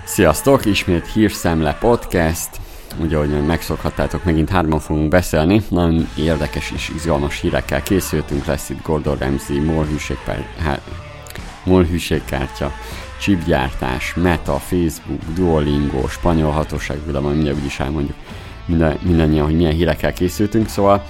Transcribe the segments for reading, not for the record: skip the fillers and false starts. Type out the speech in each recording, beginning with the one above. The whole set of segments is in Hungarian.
Sziasztok! Ismét Hírszemle Podcast. Ugye, ahogy megszokhattátok, megint hárman fogunk beszélni. Nagyon érdekes és izgalmas hírekkel készültünk. Lesz itt Gordon Ramsay, MOL hűségkártya, chipgyártás, Meta, Facebook, Duolingo, spanyol hatóság, de majd mindjárt úgyis elmondjuk mindannyian, hogy milyen hírekkel készültünk. Szóval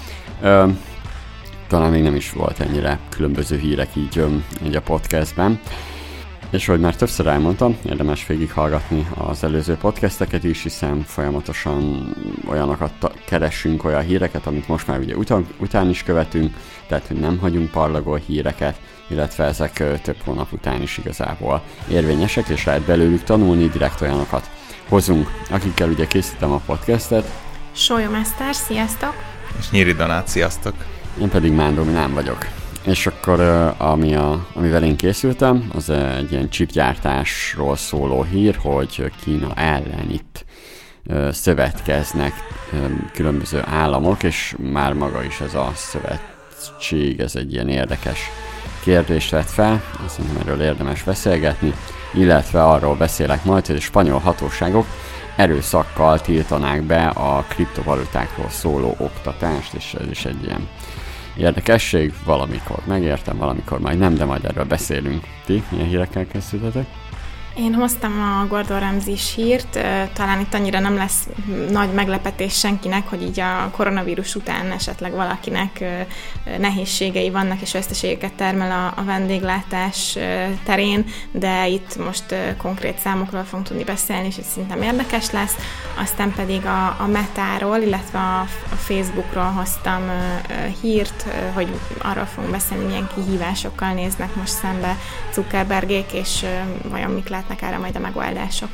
talán még nem is volt ennyire különböző hírek így a podcastben. És ahogy már többször elmondtam, érdemes végighallgatni az előző podcasteket is, hiszen folyamatosan olyanokat keresünk, olyan híreket, amit most már ugye után is követünk, tehát hogy nem hagyunk parlagol híreket, illetve ezek több hónap után is igazából érvényesek, és lehet belőlük tanulni, direkt olyanokat hozunk. Akikkel ugye készítem a podcastet. Sólyom Eszter, sziasztok! És Nyíri Donát, sziasztok! Én pedig Mándor Milán vagyok. És akkor amivel én készültem, az egy ilyen chipgyártásról szóló hír, hogy Kína ellen itt szövetkeznek különböző államok, és már maga is ez a szövetség, ez egy ilyen érdekes kérdést vett fel, szerintem erről érdemes beszélgetni, illetve arról beszélek majd, hogy a spanyol hatóságok erőszakkal tiltanák be a kriptovalutákról szóló oktatást, és ez is egy ilyen érdekesség, valamikor megértem, valamikor majd nem, de majd erről beszélünk. Ti milyen hírekkel készültetek? Én hoztam a Gordon Ramsay-s hírt, talán itt annyira nem lesz nagy meglepetés senkinek, hogy így a koronavírus után esetleg valakinek nehézségei vannak, és veszteségeket termel a vendéglátás terén, de itt most konkrét számokról fogunk tudni beszélni, és ez szerintem érdekes lesz. Aztán pedig a Metáról, illetve a Facebookról hoztam hírt, hogy arról fogunk beszélni, milyen kihívásokkal néznek most szembe Zuckerbergék, és vajon mik lehetnek erre majd a megoldások.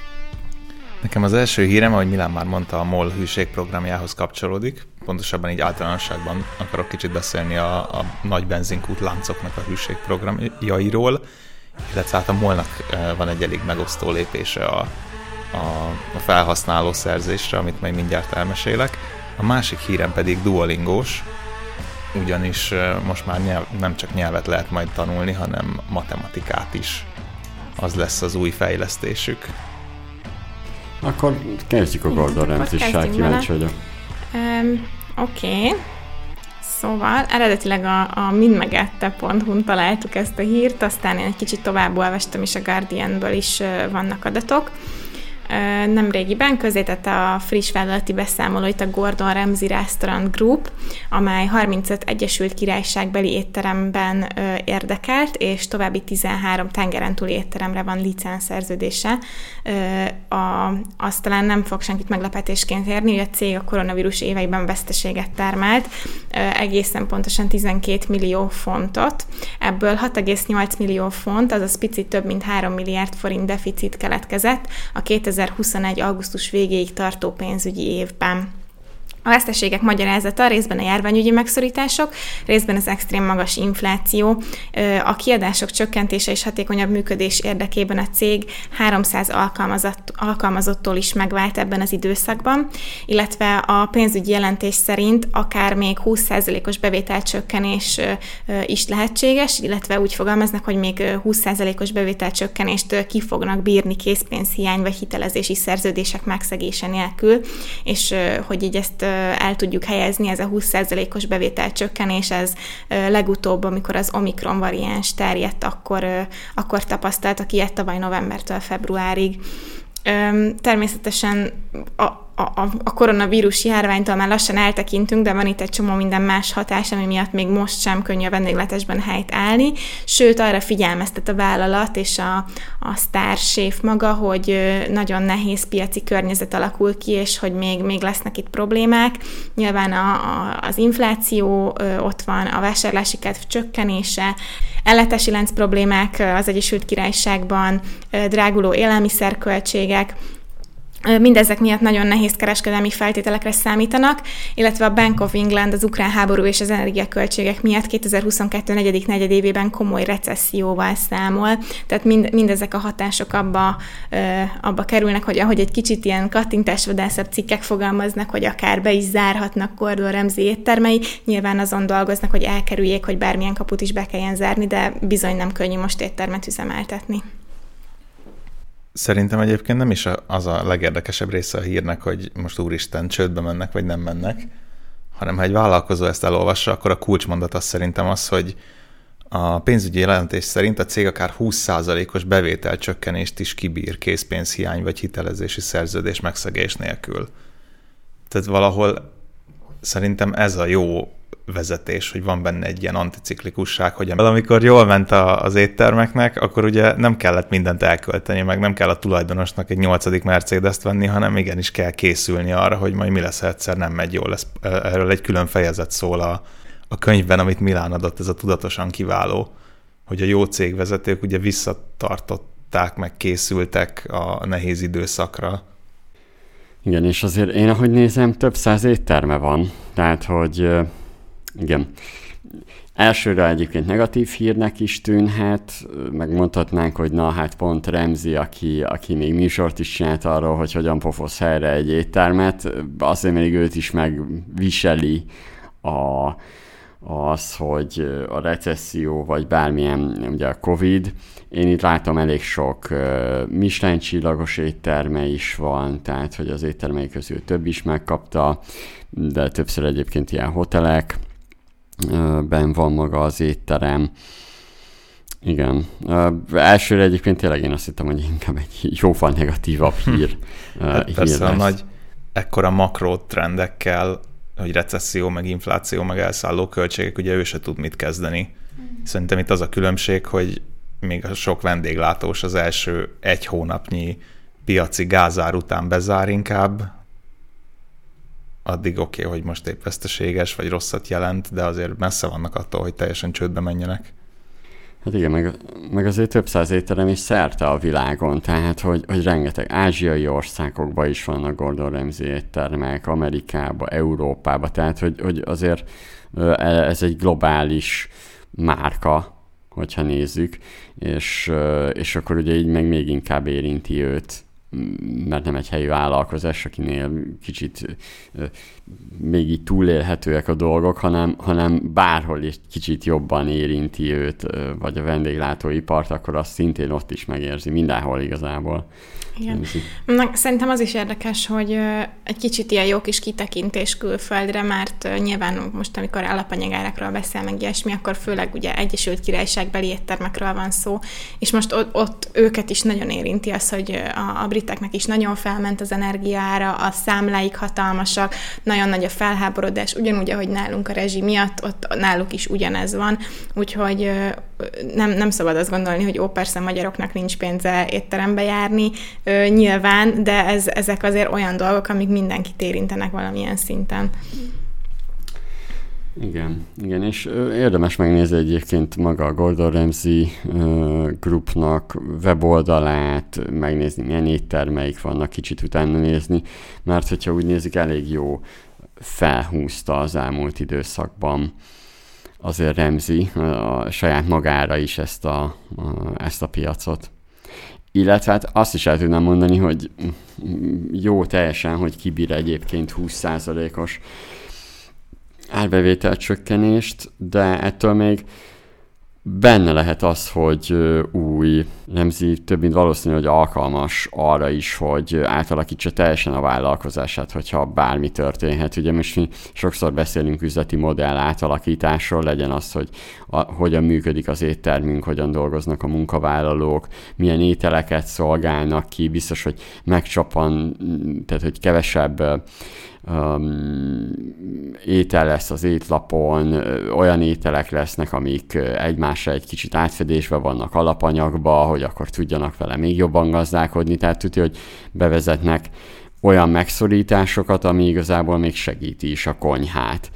Nekem az első hírem, ahogy Milán már mondta, a MOL hűségprogramjához kapcsolódik. Pontosabban így általánosságban akarok kicsit beszélni a nagy benzinkút láncoknak a hűségprogramjairól, illetve hát a MOL-nak van egy elég megosztó lépése a felhasználó szerzésre, amit majd mindjárt elmesélek. A másik hírem pedig Duolingós, ugyanis most már nem csak nyelvet lehet majd tanulni, hanem matematikát is. Az lesz az új fejlesztésük. Akkor kezdjük a Gordon Ramsay-sel, kíváncsi vagyok. Oké. Szóval eredetileg a mindmegette.hu-n találtuk ezt a hírt, aztán én egy kicsit tovább olvastam, és a Guardianből is vannak adatok. Nemrégiben közzétette a friss vállalati beszámolóit a Gordon Ramsay Restaurant Group, amely 35 Egyesült Királyságbeli étteremben érdekelt, és további 13 tengeren túli étteremre van licencszerződése. Azt talán nem fog senkit meglepetésként érni, hogy a cég a koronavírus éveiben veszteséget termelt, egészen pontosan 12 millió fontot. Ebből 6,8 millió font, azaz picit több mint 3 milliárd forint deficit keletkezett a 2021. augusztus végéig tartó pénzügyi évben. A veszteségek magyarázata részben a járványügyi megszorítások, részben az extrém magas infláció, a kiadások csökkentése és hatékonyabb működés érdekében a cég 300 alkalmazottól is megvált ebben az időszakban, illetve a pénzügyi jelentés szerint akár még 20%-os bevételcsökkenés is lehetséges, illetve úgy fogalmaznak, hogy még 20%-os bevételcsökkenést ki fognak bírni készpénzhiány vagy hitelezési szerződések megszegése nélkül, és hogy így ezt el tudjuk helyezni, ez a 20%-os bevételcsökkenés, ez legutóbb, amikor az Omikron variáns terjedt, akkor tapasztaltak ilyet tavaly novembertől februárig. Természetesen a koronavírus járványtól már lassan eltekintünk, de van itt egy csomó minden más hatás, ami miatt még most sem könnyű a vendéglátásban helyt állni. Sőt, arra figyelmeztet a vállalat és a sztárséf maga, hogy nagyon nehéz piaci környezet alakul ki, és hogy még lesznek itt problémák. Nyilván az infláció ott van, a vásárlási kedv csökkenése, ellátási lánc problémák az Egyesült Királyságban, dráguló élelmiszerköltségek, mindezek miatt nagyon nehéz kereskedelmi feltételekre számítanak, illetve a Bank of England az ukrán háború és az energiaköltségek miatt 2022. negyedik negyedévében komoly recesszióval számol. Tehát mindezek a hatások abba kerülnek, hogy ahogy egy kicsit ilyen kattintásvadászabb cikkek fogalmaznak, hogy akár be is zárhatnak Gordon Ramsay éttermei, nyilván azon dolgoznak, hogy elkerüljék, hogy bármilyen kaput is be kelljen zárni, de bizony nem könnyű most éttermet üzemeltetni. Szerintem egyébként nem is az a legérdekesebb része a hírnek, hogy most úristen, csődbe mennek, vagy nem mennek, hanem ha egy vállalkozó ezt elolvassa, akkor a kulcsmondat az szerintem az, hogy a pénzügyi jelentés szerint a cég akár 20%-os bevételcsökkenést is kibír készpénzhiány vagy hitelezési szerződés megszegés nélkül. Tehát valahol szerintem ez a jó vezetés, hogy van benne egy ilyen anticiklikusság, hogy amikor jól ment az éttermeknek, akkor ugye nem kellett mindent elkölteni, meg nem kell a tulajdonosnak egy 8. Mercedes-t venni, hanem igenis kell készülni arra, hogy majd mi lesz, ha egyszer nem megy jól. Erről egy külön fejezet szól a könyvben, amit Milán adott, ez a tudatosan kiváló, hogy a jó cégvezetők ugye visszatartották, meg készültek a nehéz időszakra. Igen, és azért én, ahogy nézem, több száz étterme van, tehát, hogy igen. Elsőre egyébként negatív hírnek is tűnhet, megmondhatnánk, hogy na hát pont Remzi, aki még műsort is csinált arról, hogy hogyan pofoz helyre egy éttermet, azért még őt is megviseli az, hogy a recesszió, vagy bármilyen, ugye a Covid. Én itt látom elég sok Michelin csillagos étterme is van, tehát hogy az éttermei közül több is megkapta, de többször egyébként ilyen hotelek, ben van maga az étterem. Igen. Elsőre egyébként tényleg én azt hittem, hogy inkább egy jóval negatívabb hír. Persze a nagy ekkora makrotrendekkel, hogy recesszió, meg infláció, meg elszálló költségek, ugye ő se tud mit kezdeni. Szerintem itt az a különbség, hogy még a sok vendéglátós az első 1 hónapnyi piaci gázár után bezár inkább, addig oké, hogy most épp veszteséges, vagy rosszat jelent, de azért messze vannak attól, hogy teljesen csődbe menjenek. Hát igen, meg azért több száz étterem is szerte a világon, tehát hogy rengeteg ázsiai országokban is vannak Gordon Ramsay éttermek, Amerikába, Európába, tehát hogy azért ez egy globális márka, hogyha nézzük, és akkor ugye így meg még inkább érinti őt, mert nem egy helyi vállalkozás, akinél kicsit még így túlélhetőek a dolgok, hanem bárhol is kicsit jobban érinti őt, vagy a vendéglátóipart, akkor azt szintén ott is megérzi, mindenhol igazából. Igen. Szerintem az is érdekes, hogy egy kicsit ilyen jó kis kitekintés külföldre, mert nyilván most, amikor alapanyagárakról beszél meg ilyesmi, akkor főleg ugye Egyesült Királyságbeli éttermekről van szó, és most ott őket is nagyon érinti az, hogy a briteknek is nagyon felment az energiára, a számláik hatalmasak, nagyon nagy a felháborodás, ugyanúgy, ahogy nálunk a rezsi miatt, ott náluk is ugyanez van, úgyhogy nem szabad azt gondolni, hogy persze magyaroknak nincs pénze étterembe járni, nyilván, de ezek azért olyan dolgok, amik mindenkit érintenek valamilyen szinten. Igen, és érdemes megnézni egyébként maga a Gordon Ramsay Groupnak weboldalát, megnézni milyen éttermeik vannak, kicsit utána nézni, mert hogyha úgy nézik, elég jó felhúzta az elmúlt időszakban azért Ramsay a saját magára is ezt a piacot. Illetve hát azt is el tudnám mondani, hogy jó teljesen, hogy kibír egyébként 20%-os árbevétel csökkenést, de ettől még benne lehet az, hogy új Ramsay több mint valószínű, hogy alkalmas arra is, hogy átalakítsa teljesen a vállalkozását, hogyha bármi történhet. Ugye most mi sokszor beszélünk üzleti modell átalakításról, legyen az, hogy hogyan működik az éttermünk, hogyan dolgoznak a munkavállalók, milyen ételeket szolgálnak ki, biztos, hogy megcsapan, tehát hogy kevesebb étel lesz az étlapon, olyan ételek lesznek, amik egymásra egy kicsit átfedésben vannak alapanyagba, hogy akkor tudjanak vele még jobban gazdálkodni, tehát tudja, hogy bevezetnek olyan megszorításokat, ami igazából még segíti is a konyhát.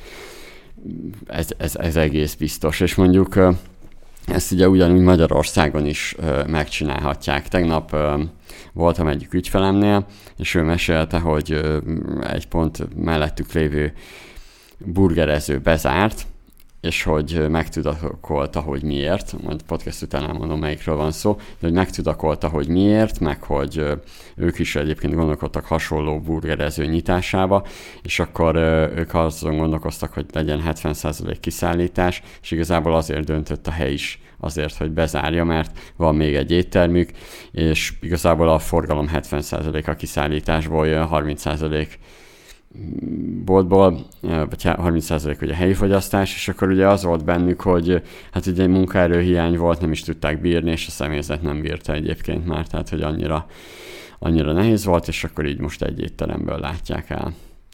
Ez egész biztos, és mondjuk ezt ugye ugyanúgy Magyarországon is megcsinálhatják. Tegnap voltam egyik ügyfelemnél, és ő mesélte, hogy egy pont mellettük lévő burgerező bezárt, és hogy megtudakolta, hogy miért, majd podcast után elmondom, melyikről van szó, de hogy megtudakolta, hogy miért, meg hogy ők is egyébként gondolkodtak hasonló burgerező nyitásába, és akkor ők azon gondolkoztak, hogy legyen 70% kiszállítás, és igazából azért döntött a hely is azért, hogy bezárja, mert van még egy éttermük, és igazából a forgalom 70% a kiszállításból jön, 30% boltból, vagy 30% ugye helyi fogyasztás, és akkor ugye az volt bennük, hogy hát ugye egy munkaerőhiány volt, nem is tudták bírni, és a személyzet nem bírta egyébként már, tehát hogy annyira nehéz volt, és akkor így most egy étteremből látják el.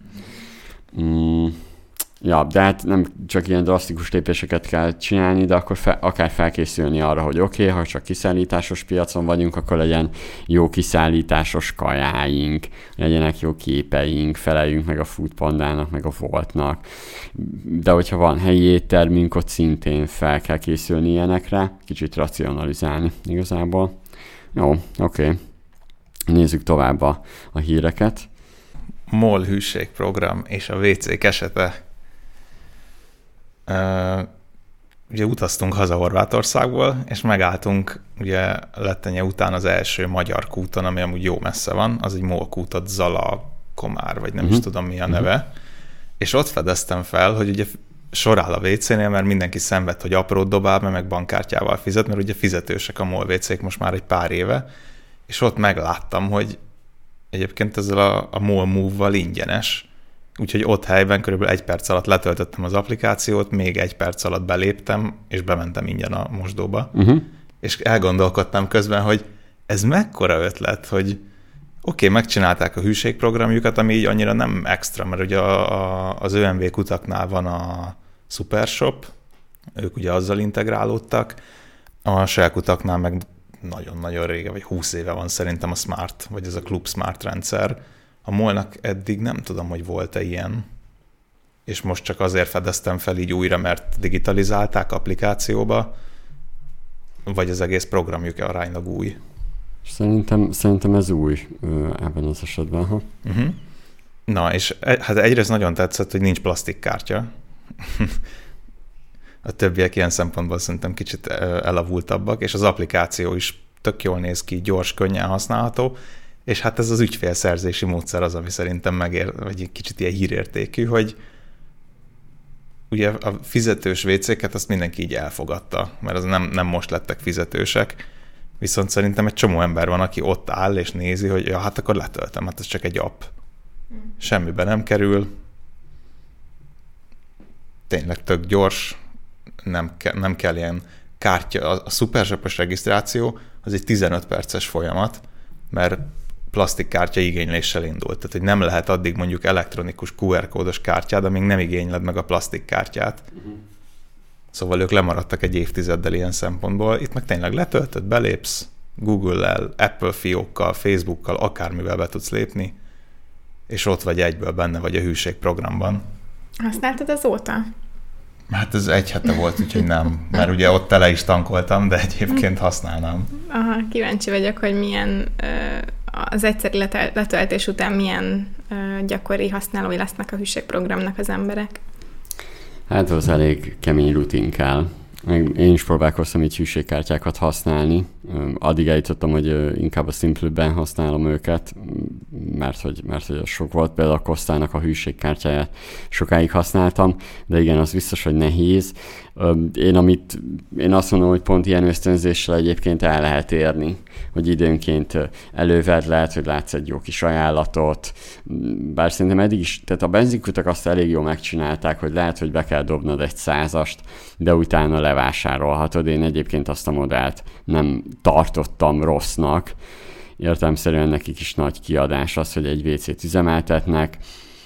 Ja, de hát nem csak ilyen drasztikus lépéseket kell csinálni, de akkor akár felkészülni arra, hogy oké, ha csak kiszállításos piacon vagyunk, akkor legyen jó kiszállításos kajáink, legyenek jó képeink, feleljünk meg a Foodpandának, meg a Voltnak. De hogyha van helyi éttermünk, ott szintén fel kell készülni ilyenekre, kicsit racionalizálni igazából. Jó, oké. Nézzük tovább a híreket. MOL hűségprogram és a WC-k esete. Ugye utaztunk haza Horvátországból, és megálltunk ugye Lettenye után az első magyar kúton, ami amúgy jó messze van, az egy MOL kútot, Zala Komár, vagy nem is tudom mi a neve, és ott fedeztem fel, hogy ugye sor áll a WC-nél, mert mindenki szenved, hogy aprót dobál, meg bankkártyával fizet, mert ugye fizetősek a MOL WC-k most már egy pár éve, és ott megláttam, hogy egyébként ezzel a MOL Move-val ingyenes, úgyhogy ott helyben körülbelül 1 perc alatt letöltöttem az applikációt, még 1 perc alatt beléptem, és bementem ingyen a mosdóba. És elgondolkodtam közben, hogy ez mekkora ötlet, hogy oké, megcsinálták a hűségprogramjukat, ami így annyira nem extra, mert ugye az ÖMV kutaknál van a Supershop, ők ugye azzal integrálódtak, a Shell kutaknál meg nagyon-nagyon régen, vagy 20 éve van szerintem a Smart, vagy ez a Club Smart rendszer. A MOL-nak eddig nem tudom, hogy volt-e ilyen, és most csak azért fedeztem fel így újra, mert digitalizálták applikációba, vagy az egész programjuk aránylag új. Szerintem ez új ebben az esetben. Na, és hát egyrészt nagyon tetszett, hogy nincs plastikkártya. A többiek ilyen szempontból szerintem kicsit elavultabbak, és az applikáció is tök jól néz ki, gyors, könnyen használható, és hát ez az ügyfélszerzési módszer az, ami szerintem vagy egy kicsit ilyen hírértékű, hogy ugye a fizetős WC-ket azt mindenki így elfogadta, mert az nem most lettek fizetősek, viszont szerintem egy csomó ember van, aki ott áll és nézi, hogy ja, hát akkor letöltem, hát ez csak egy app. Semmibe nem kerül, tényleg tök gyors, nem kell ilyen kártya. A Supershop-os regisztráció az egy 15 perces folyamat, mert plastikkártya igényléssel indult. Tehát, hogy nem lehet addig mondjuk elektronikus QR-kódos kártyád, amíg nem igényled meg a plastikkártyát. Szóval ők lemaradtak egy évtizeddel ilyen szempontból. Itt meg tényleg letöltöd, belépsz Google-lel, Apple fiókkal, Facebookkal, akármivel be tudsz lépni, és ott vagy egyből benne vagy a hűségprogramban. Használtad azóta? Hát ez 1 hete volt, úgyhogy nem. Mert ugye ott tele is tankoltam, de egyébként használnám. Aha, kíváncsi vagyok, hogy milyen az egyszeri letöltés után milyen gyakori használói lesznek a hűségprogramnak az emberek. Hát az elég kemény rutin kell. Én is próbálkoztam így hűségkártyákat használni. Addig eljutottam, hogy inkább a Simple-ben használom őket, mert hogy sok volt. Például a Costának a hűségkártyáját sokáig használtam, de igen, az biztos, hogy nehéz. Én azt mondom, hogy pont ilyen ösztönzéssel egyébként el lehet érni, hogy időnként előved, lehet, hogy látsz egy jó kis ajánlatot, bár szerintem eddig is, tehát a benzinkutak azt elég jól megcsinálták, hogy lehet, hogy be kell dobnod egy 100-ast, de utána levásárolhatod. Én egyébként azt a modellt nem tartottam rossznak. Értelemszerűen nekik is nagy kiadás az, hogy egy WC-t üzemeltetnek.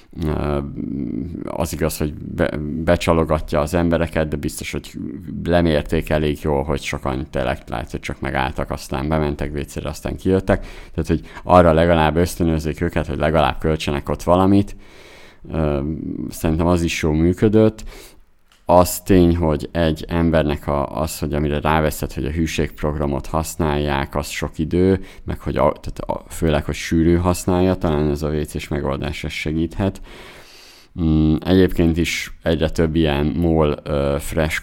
Az igaz, hogy becsalogatja az embereket, de biztos, hogy lemérték elég jól, hogy sokan tényleg lehet, hogy csak megálltak, aztán bementek WC-re, aztán kijöttek. Tehát, hogy arra legalább ösztönözzék őket, hogy legalább költsenek ott valamit. Szerintem az is jól működött. Az tény, hogy egy embernek az, hogy amire ráveszed, hogy a hűségprogramot használják, az sok idő, meg hogy főleg, hogy sűrű használja, talán ez a WC-s megoldás segíthet. Egyébként is egyre több ilyen MOL fresh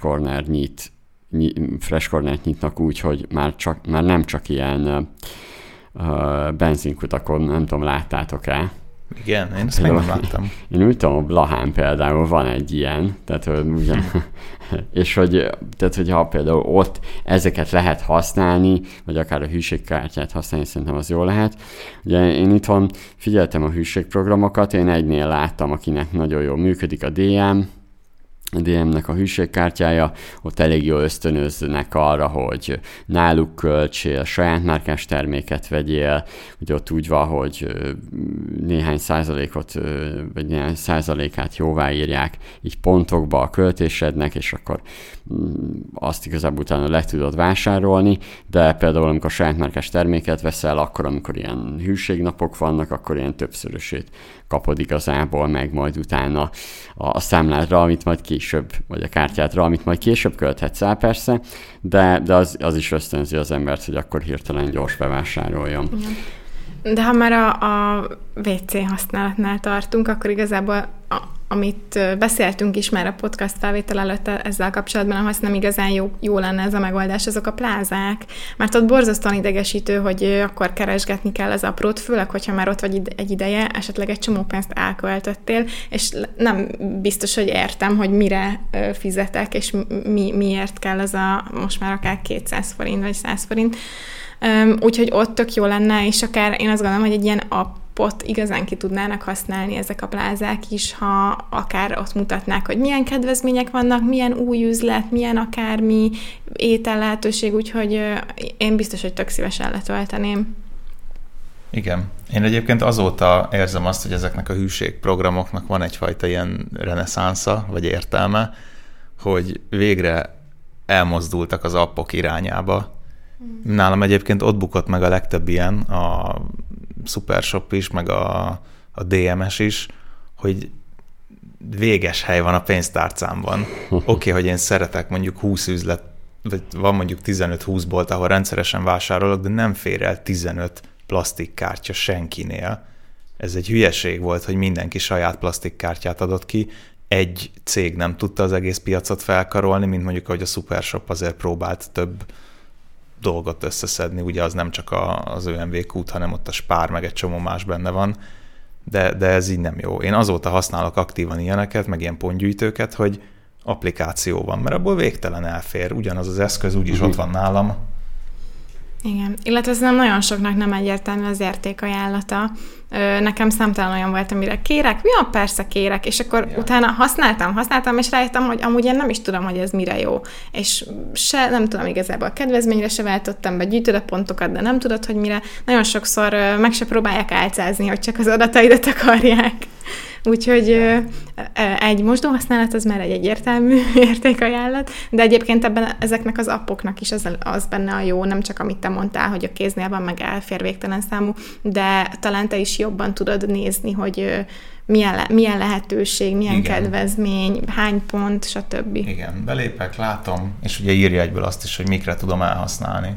cornert nyitnak úgy, hogy már nem csak ilyen benzinkutakon, nem tudom, láttátok-e? Igen, én ezt még nem láttam. Én úgy tudom, a Blahán például van egy ilyen, tehát és hogyha például ott ezeket lehet használni, vagy akár a hűségkártyát használni, szerintem az jól lehet. Ugye én itthon figyeltem a hűségprogramokat, én egynél láttam, akinek nagyon jól működik a DM-nek a hűségkártyája, ott elég jól ösztönöznek arra, hogy náluk költsél, saját márkás terméket vegyél, ugye ott úgy van, hogy néhány százalékát jóváírják így pontokba a költésednek, és akkor azt igazából utána le tudod vásárolni, de például amikor saját márkás terméket veszel, akkor amikor ilyen hűségnapok vannak, akkor ilyen többszörösét kapod igazából, meg majd utána a számládra, amit majd később, vagy a kártyádra, amit majd később költhetsz el persze, de az is ösztönzi az embert, hogy akkor hirtelen gyors bevásároljon. De ha már a WC használatnál tartunk, akkor igazából amit beszéltünk is már a podcast felvétel előtt ezzel kapcsolatban, ahhoz nem igazán jó lenne ez a megoldás, azok a plázák. Mert ott borzasztóan idegesítő, hogy akkor keresgetni kell az aprót, főleg, hogyha már ott vagy egy ideje, esetleg egy csomó pénzt elköltöttél, és nem biztos, hogy értem, hogy mire fizetek, és miért kell az most már akár 200 forint, vagy 100 forint. Úgyhogy ott tök jó lenne, és akár én azt gondolom, hogy egy ilyen appot igazán ki tudnának használni ezek a plázák is, ha akár ott mutatnák, hogy milyen kedvezmények vannak, milyen új üzlet, milyen akármi étel lehetőség, úgyhogy én biztos, hogy tök szívesen letölteném. Igen. Én egyébként azóta érzem azt, hogy ezeknek a hűségprogramoknak van egyfajta ilyen reneszánsza, vagy értelme, hogy végre elmozdultak az appok irányába. Nálam egyébként ott bukott meg a legtöbb ilyen, a Supershop is, meg a DMS is, hogy véges hely van a pénztárcámban. Oké, hogy én szeretek mondjuk 20 üzlet, vagy van mondjuk 15-20 bolt, ahol rendszeresen vásárolok, de nem fér el 15 plastikkártya senkinél. Ez egy hülyeség volt, hogy mindenki saját plastikkártyát adott ki, egy cég nem tudta az egész piacot felkarolni, mint mondjuk, ahogy a Supershop azért próbált több dolgot összeszedni, ugye az nem csak az ÖMV kút, hanem ott a Spár, meg egy csomó más benne van, de ez így nem jó. Én azóta használok aktívan ilyeneket, meg ilyen pontgyűjtőket, hogy applikáció van, mert abból végtelen elfér, ugyanaz az eszköz úgyis ott van nálam. Igen, illetve ez nem nagyon soknak nem egyértelmű az értékajánlata. Nekem számtalan olyan volt, amire kérek, persze kérek, és akkor utána használtam, és rájöttem, hogy amúgy én nem is tudom, hogy ez mire jó. És nem tudom igazából a kedvezményre se váltottam be, gyűjtöd a pontokat, de nem tudod, hogy mire. Nagyon sokszor meg se próbálják álcázni, hogy csak az adataidat akarják. Úgyhogy egy mosdóhasználat az már egy egyértelmű értékajánlat, de egyébként ezeknek az appoknak is az benne a jó, nem csak amit te mondtál, hogy a kéznél van, meg elfér végtelen számú, de talán te is jobban tudod nézni, hogy milyen lehetőség, milyen kedvezmény, hány pont, stb. Igen, belépek, látom, és ugye írja egyből azt is, hogy mikre tudom elhasználni.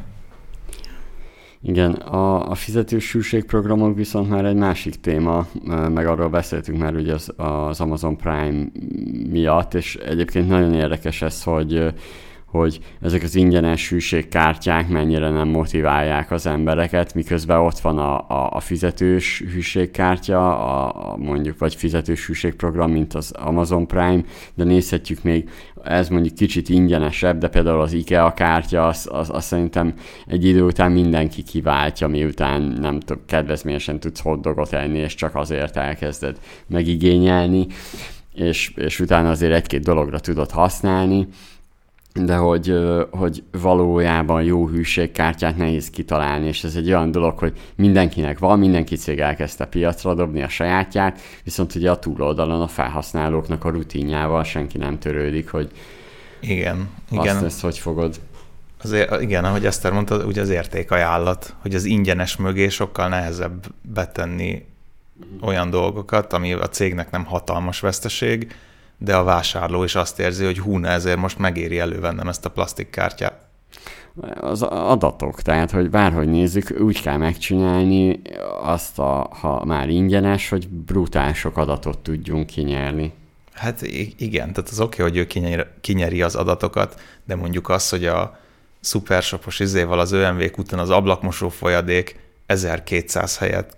Igen, a fizetős hűségprogramok viszont már egy másik téma, meg arról beszéltünk már ugye az Amazon Prime miatt, és egyébként nagyon érdekes ez, hogy ezek az ingyenes hűségkártyák mennyire nem motiválják az embereket, miközben ott van a fizetős hűségkártya, mondjuk vagy fizetős hűségprogram, mint az Amazon Prime, de nézhetjük még, ez mondjuk kicsit ingyenesebb, de például az IKEA kártya, az szerintem egy idő után mindenki kiváltja, miután nem tudom, kedvezményesen tudsz hotdogot enni, és csak azért elkezded megigényelni, és utána azért egy-két dologra tudod használni, de hogy valójában jó hűségkártyát nehéz kitalálni, és ez egy olyan dolog, hogy mindenkinek van, mindenki cég elkezdte piacra dobni a sajátját, viszont ugye a túloldalon a felhasználóknak a rutinjával senki nem törődik, hogy igen. Ezt hogy fogod. Igen, ahogy Eszter mondta, ugye az értékajánlat, hogy az ingyenes mögé sokkal nehezebb betenni olyan dolgokat, ami a cégnek nem hatalmas veszteség, de a vásárló is azt érzi, hogy ezért most megéri elővennem ezt a plastikkártyát. az adatok, tehát, hogy bárhogy nézzük, úgy kell megcsinálni azt, ha már ingyenes, hogy brutál sok adatot tudjunk kinyerni. Hát igen, tehát az oké, hogy ő kinyeri az adatokat, de mondjuk az, hogy a szupershopos izéval az ÖMV-k után az ablakmosó folyadék 1200 helyett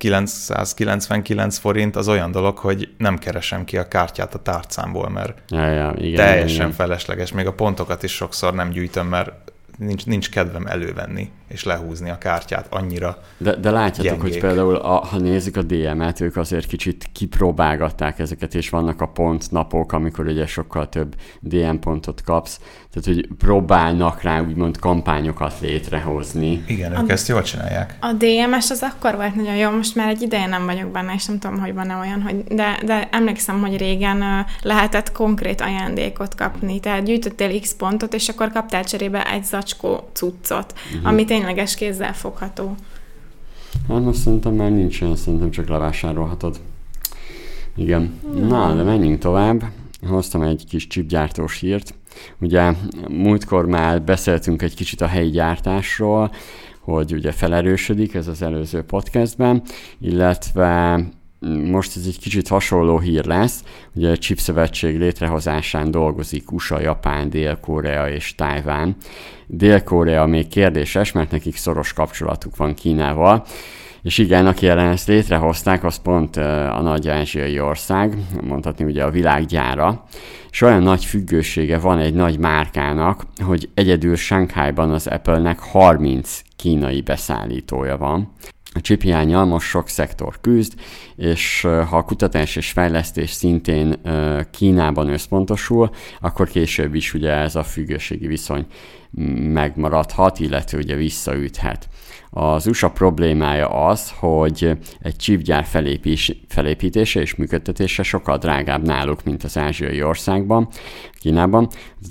999 forint, az olyan dolog, hogy nem keresem ki a kártyát a tárcámból, mert igen, teljesen igen. felesleges. Még a pontokat is sokszor nem gyűjtöm, mert nincs kedvem elővenni és lehúzni a kártyát annyira. De látjátok, gyengék. hogy például, ha nézzük a DM-et, ők azért kicsit kipróbálgatták ezeket, és vannak a pontnapok, amikor ugye sokkal több DM pontot kapsz, tehát hogy próbálnak rá úgymond kampányokat létrehozni. Igen, ők ezt jól csinálják. A DMS az akkor volt nagyon jó, most már egy ideje nem vagyok benne, és nem tudom, hogy van-e olyan, hogy de emlékszem, hogy régen lehetett konkrét ajándékot kapni, tehát gyűjtöttél X pontot, és akkor kaptál cserébe egy zacskó cuccot, ami tényleges kézzel fogható. Hát most szerintem már nincs olyan, szerintem csak levásárolhatod. Igen. Na, de menjünk tovább. Hoztam egy kis chipgyártós hírt. Ugye múltkor már beszéltünk egy kicsit a helyi gyártásról, hogy ugye felerősödik ez az előző podcastben, illetve most ez egy kicsit hasonló hír lesz. Ugye a Chip Szövetség létrehozásán dolgozik USA, Japán, Dél-Korea és Tajván. Dél-Korea még kérdéses, mert nekik szoros kapcsolatuk van Kínával. És igen, aki ellen ezt létrehozták, az pont a nagy ázsiai ország, mondhatni ugye a világgyára, és olyan nagy függősége van egy nagy márkának, hogy egyedül Shanghaiban az Apple-nek 30 kínai beszállítója van. A chiphiánnyal most sok szektor küzd, és ha a kutatás és fejlesztés szintén Kínában összpontosul, akkor később is ugye ez a függőségi viszony megmaradhat, illetve ugye visszaüthet. Az USA problémája az, hogy egy chipgyár felépítése és működtetése sokkal drágább náluk, mint az ázsiai országban, Kínában.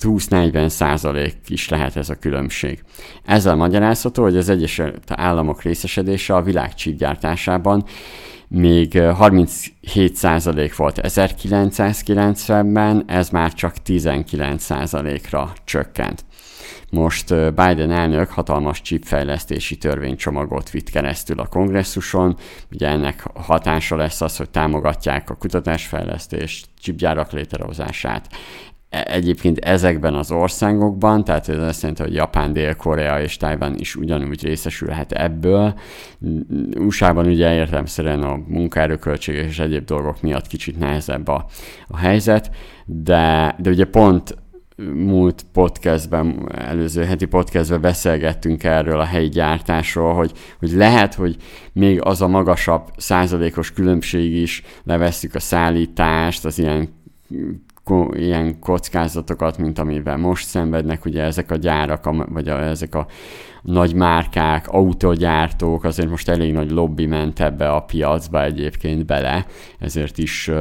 20-40% is lehet ez a különbség. Ezzel magyarázható, hogy az Egyesült Államok részesedése a világ chipgyártásában még 37% volt 1990-ben, ez már csak 19%-ra csökkent. Most Biden elnök hatalmas chipfejlesztési törvénycsomagot vitt keresztül a kongresszuson. Ugye ennek hatása lesz az, hogy támogatják a kutatásfejlesztést, chipgyárak létrehozását. Egyébként ezekben az országokban, tehát ez azt jelenti, hogy Japán, Dél-Korea és Tajvan is ugyanúgy részesülhet ebből. USA-ban ugye értelemszerűen a munkaerőköltségek és egyéb dolgok miatt kicsit nehezebb a helyzet, de ugye pont múlt podcastben, előző heti podcastben beszélgettünk erről a helyi gyártásról, hogy lehet, hogy még az a magasabb százalékos különbség is, levesszük a szállítást, az ilyen kockázatokat, mint amivel most szenvednek ugye ezek a gyárak, vagy ezek a nagy márkák, autogyártók, azért most elég nagy lobby ment ebbe a piacba egyébként bele, ezért is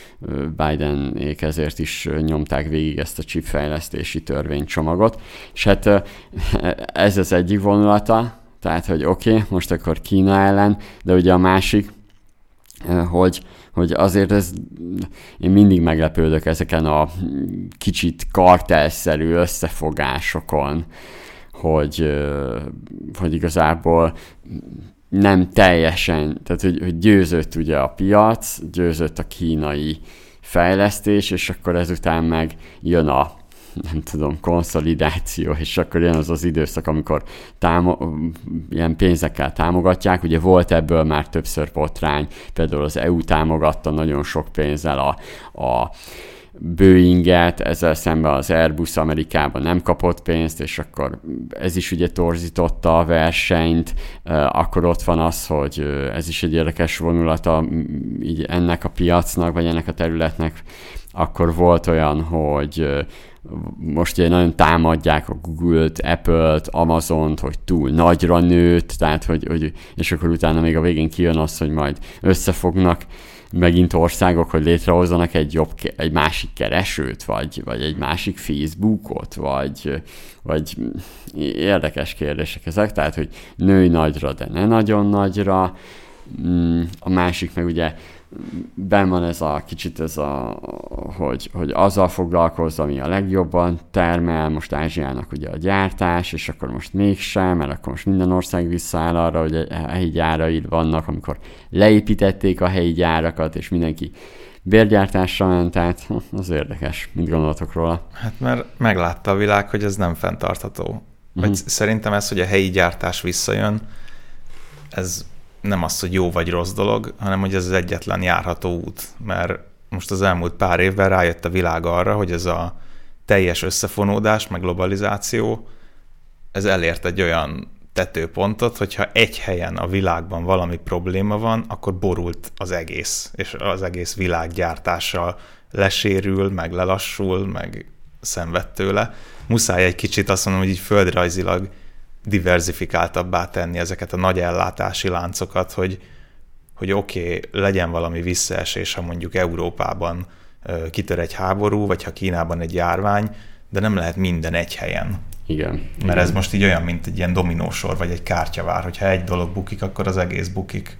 Bidenék ezért is nyomták végig ezt a chipfejlesztési törvénycsomagot. És hát ez az egyik vonulata, tehát hogy oké, most akkor Kína ellen, de ugye a másik, hogy azért én mindig meglepődök ezeken a kicsit kartelszerű összefogásokon, hogy igazából nem teljesen, tehát hogy győzött ugye a piac, győzött a kínai fejlesztés, és akkor ezután meg jön a konszolidáció, és akkor jön az időszak, amikor ilyen pénzekkel támogatják. Ugye volt ebből már többször botrány, például az EU támogatta nagyon sok pénzzel a Boeinget, ezzel szemben az Airbus Amerikában nem kapott pénzt, és akkor ez is ugye torzította a versenyt. Akkor ott van az, hogy ez is egy érdekes vonulata így ennek a piacnak, vagy ennek a területnek. Akkor volt olyan, hogy most ugye nagyon támadják a Google-t, Apple-t, Amazont, hogy túl nagyra nőtt, tehát és akkor utána még a végén kijön az, hogy majd összefognak megint országok, hogy létrehozzanak egy másik keresőt, vagy egy másik Facebookot, vagy érdekes kérdések ezek, tehát, hogy nőj nagyra, de ne nagyon nagyra. A másik meg ugye benn van ez a kicsit hogy azzal foglalkozz, ami a legjobban termel, most Ázsiának ugye a gyártás, és akkor most mégsem, mert akkor most minden ország visszaáll arra, hogy a helyi gyáraid vannak, amikor leépítették a helyi gyárakat, és mindenki bérgyártásra ment, tehát az érdekes. Mit gondoltok róla? Hát mert meglátta a világ, hogy ez nem fenntartható. Vagy szerintem ez, hogy a helyi gyártás visszajön, ez nem az, hogy jó vagy rossz dolog, hanem hogy ez az egyetlen járható út. Mert most az elmúlt pár évben rájött a világ arra, hogy ez a teljes összefonódás, meg globalizáció, ez elért egy olyan tetőpontot, hogyha egy helyen a világban valami probléma van, akkor borult az egész, és az egész világ gyártása lesérül, meg lelassul, meg szenved tőle. Muszáj egy kicsit azt mondom, hogy így földrajzilag diverzifikáltabbá tenni ezeket a nagy ellátási láncokat, hogy oké, legyen valami visszaesés, ha mondjuk Európában kitör egy háború, vagy ha Kínában egy járvány, de nem lehet minden egy helyen. Igen. Mert ez most így olyan, mint egy ilyen dominósor, vagy egy kártyavár, hogyha egy dolog bukik, akkor az egész bukik.